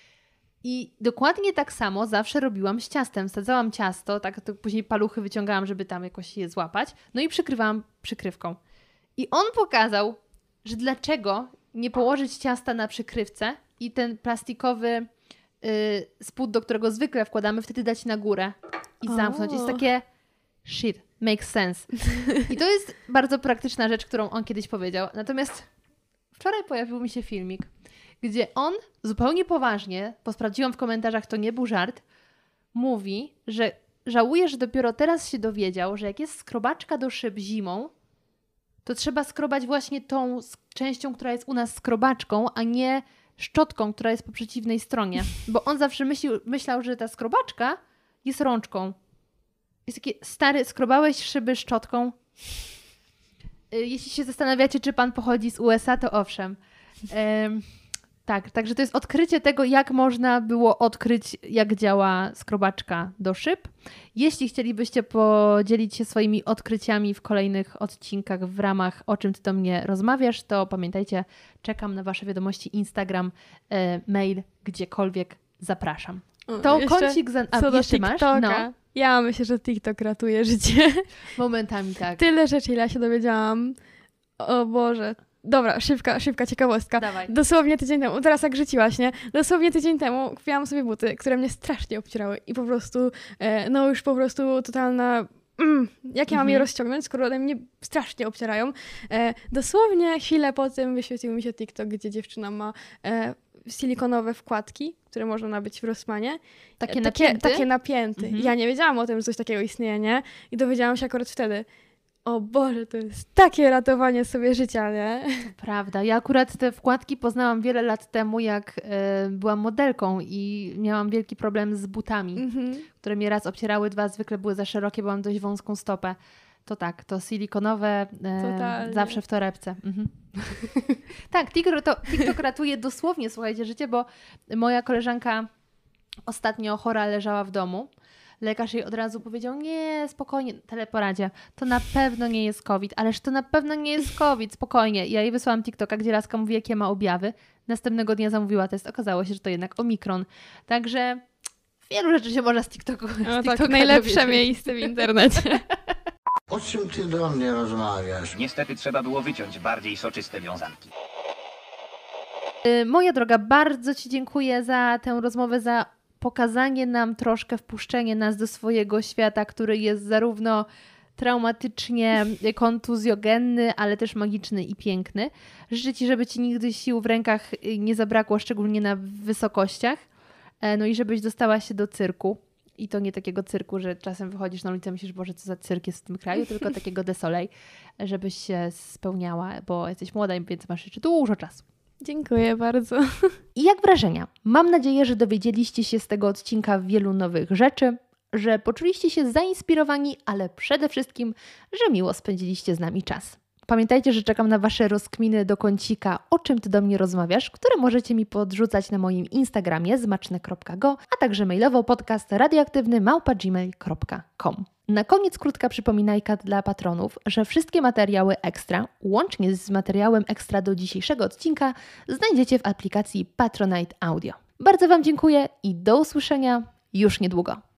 I dokładnie tak samo zawsze robiłam z ciastem. Wsadzałam ciasto, tak to później paluchy wyciągałam, żeby tam jakoś je złapać, no i przykrywałam przykrywką. I on pokazał, że dlaczego nie położyć ciasta na przykrywce i ten plastikowy yy, spód, do którego zwykle wkładamy, wtedy dać na górę i zamknąć. O. Jest takie shit, makes sense. I to jest bardzo praktyczna rzecz, którą on kiedyś powiedział. Natomiast wczoraj pojawił mi się filmik, gdzie on zupełnie poważnie, bo sprawdziłam w komentarzach, to nie był żart, mówi, że żałuje, że dopiero teraz się dowiedział, że jak jest skrobaczka do szyb zimą, to trzeba skrobać właśnie tą sk- częścią, która jest u nas skrobaczką, a nie szczotką, która jest po przeciwnej stronie. Bo on zawsze myślił, myślał, że ta skrobaczka jest rączką. Jest takie, stary, skrobałeś szyby szczotką? Y, Jeśli się zastanawiacie, czy pan pochodzi z U S A, to owszem. Ym, tak, także to jest odkrycie tego, jak można było odkryć, jak działa skrobaczka do szyb. Jeśli chcielibyście podzielić się swoimi odkryciami w kolejnych odcinkach w ramach O czym ty do mnie rozmawiasz, to pamiętajcie, czekam na wasze wiadomości Instagram, e, mail, gdziekolwiek zapraszam. O, To jeszcze kącik... Za... A, Co do jeszcze masz? TikToka. No, Ja myślę, że TikTok ratuje życie. momentami tak. Tyle rzeczy, ile ja się dowiedziałam. O Boże. Dobra, szybka, szybka ciekawostka. Dawaj. Dosłownie tydzień temu, teraz jak rzuciłaś, nie? Dosłownie tydzień temu kupiłam sobie buty, które mnie strasznie obcierały i po prostu, e, no już po prostu totalna... Mm, jak ja mam Mhm. je rozciągnąć, skoro one mnie strasznie obcierają. E, dosłownie chwilę po tym wyświetlił mi się TikTok, gdzie dziewczyna ma e, silikonowe wkładki, które można nabyć w Rossmanie. Takie E, napięty? Takie napięty. Mhm. Ja nie wiedziałam o tym, że coś takiego istnieje, nie? I dowiedziałam się akurat wtedy. O Boże, to jest takie ratowanie sobie życia, nie? Prawda. Ja akurat te wkładki poznałam wiele lat temu, jak e, byłam modelką i miałam wielki problem z butami, Mhm. które mnie raz obcierały, dwa zwykle były za szerokie, bo mam dość wąską stopę. To tak, to silikonowe e, Totalnie. zawsze w torebce. Mhm. tak, TikTok, to, TikTok ratuje dosłownie, słuchajcie, życie, bo moja koleżanka ostatnio chora leżała w domu. Lekarz jej od razu powiedział, nie, spokojnie, teleporadzie, to na pewno nie jest COVID, ależ to na pewno nie jest COVID, spokojnie. Ja jej wysłałam TikToka, gdzie laska mówi, jakie ma objawy. Następnego dnia zamówiła test, okazało się, że to jednak Omikron. Także wielu rzeczy się można z TikToku z No tak, TikToka najlepsze dowiedzieć. miejsce w internecie. O czym ty do mnie rozmawiasz? Niestety trzeba było wyciąć bardziej soczyste wiązanki. Y, Moja droga, bardzo Ci dziękuję za tę rozmowę, za pokazanie nam troszkę, wpuszczenie nas do swojego świata, który jest zarówno traumatycznie kontuzjogenny, ale też magiczny i piękny. Życzę Ci, żeby Ci nigdy sił w rękach nie zabrakło, szczególnie na wysokościach. E, No i żebyś dostała się do cyrku I to nie takiego cyrku, że czasem wychodzisz na ulicę i myślisz, Boże, co za cyrk jest w tym kraju, tylko takiego de soleil, żebyś się spełniała, bo jesteś młoda, więc masz jeszcze dużo czasu. Dziękuję bardzo. I jak wrażenia? Mam nadzieję, że dowiedzieliście się z tego odcinka wielu nowych rzeczy, że poczuliście się zainspirowani, ale przede wszystkim, że miło spędziliście z nami czas. Pamiętajcie, że czekam na Wasze rozkminy do kącika O czym Ty do mnie rozmawiasz, które możecie mi podrzucać na moim Instagramie zmaczne kropka go, a także mailowo podcast radioaktywny małpa gmail kropka com. Na koniec krótka przypominajka dla patronów, że wszystkie materiały ekstra, łącznie z materiałem ekstra do dzisiejszego odcinka, znajdziecie w aplikacji Patronite Audio. Bardzo Wam dziękuję i do usłyszenia już niedługo.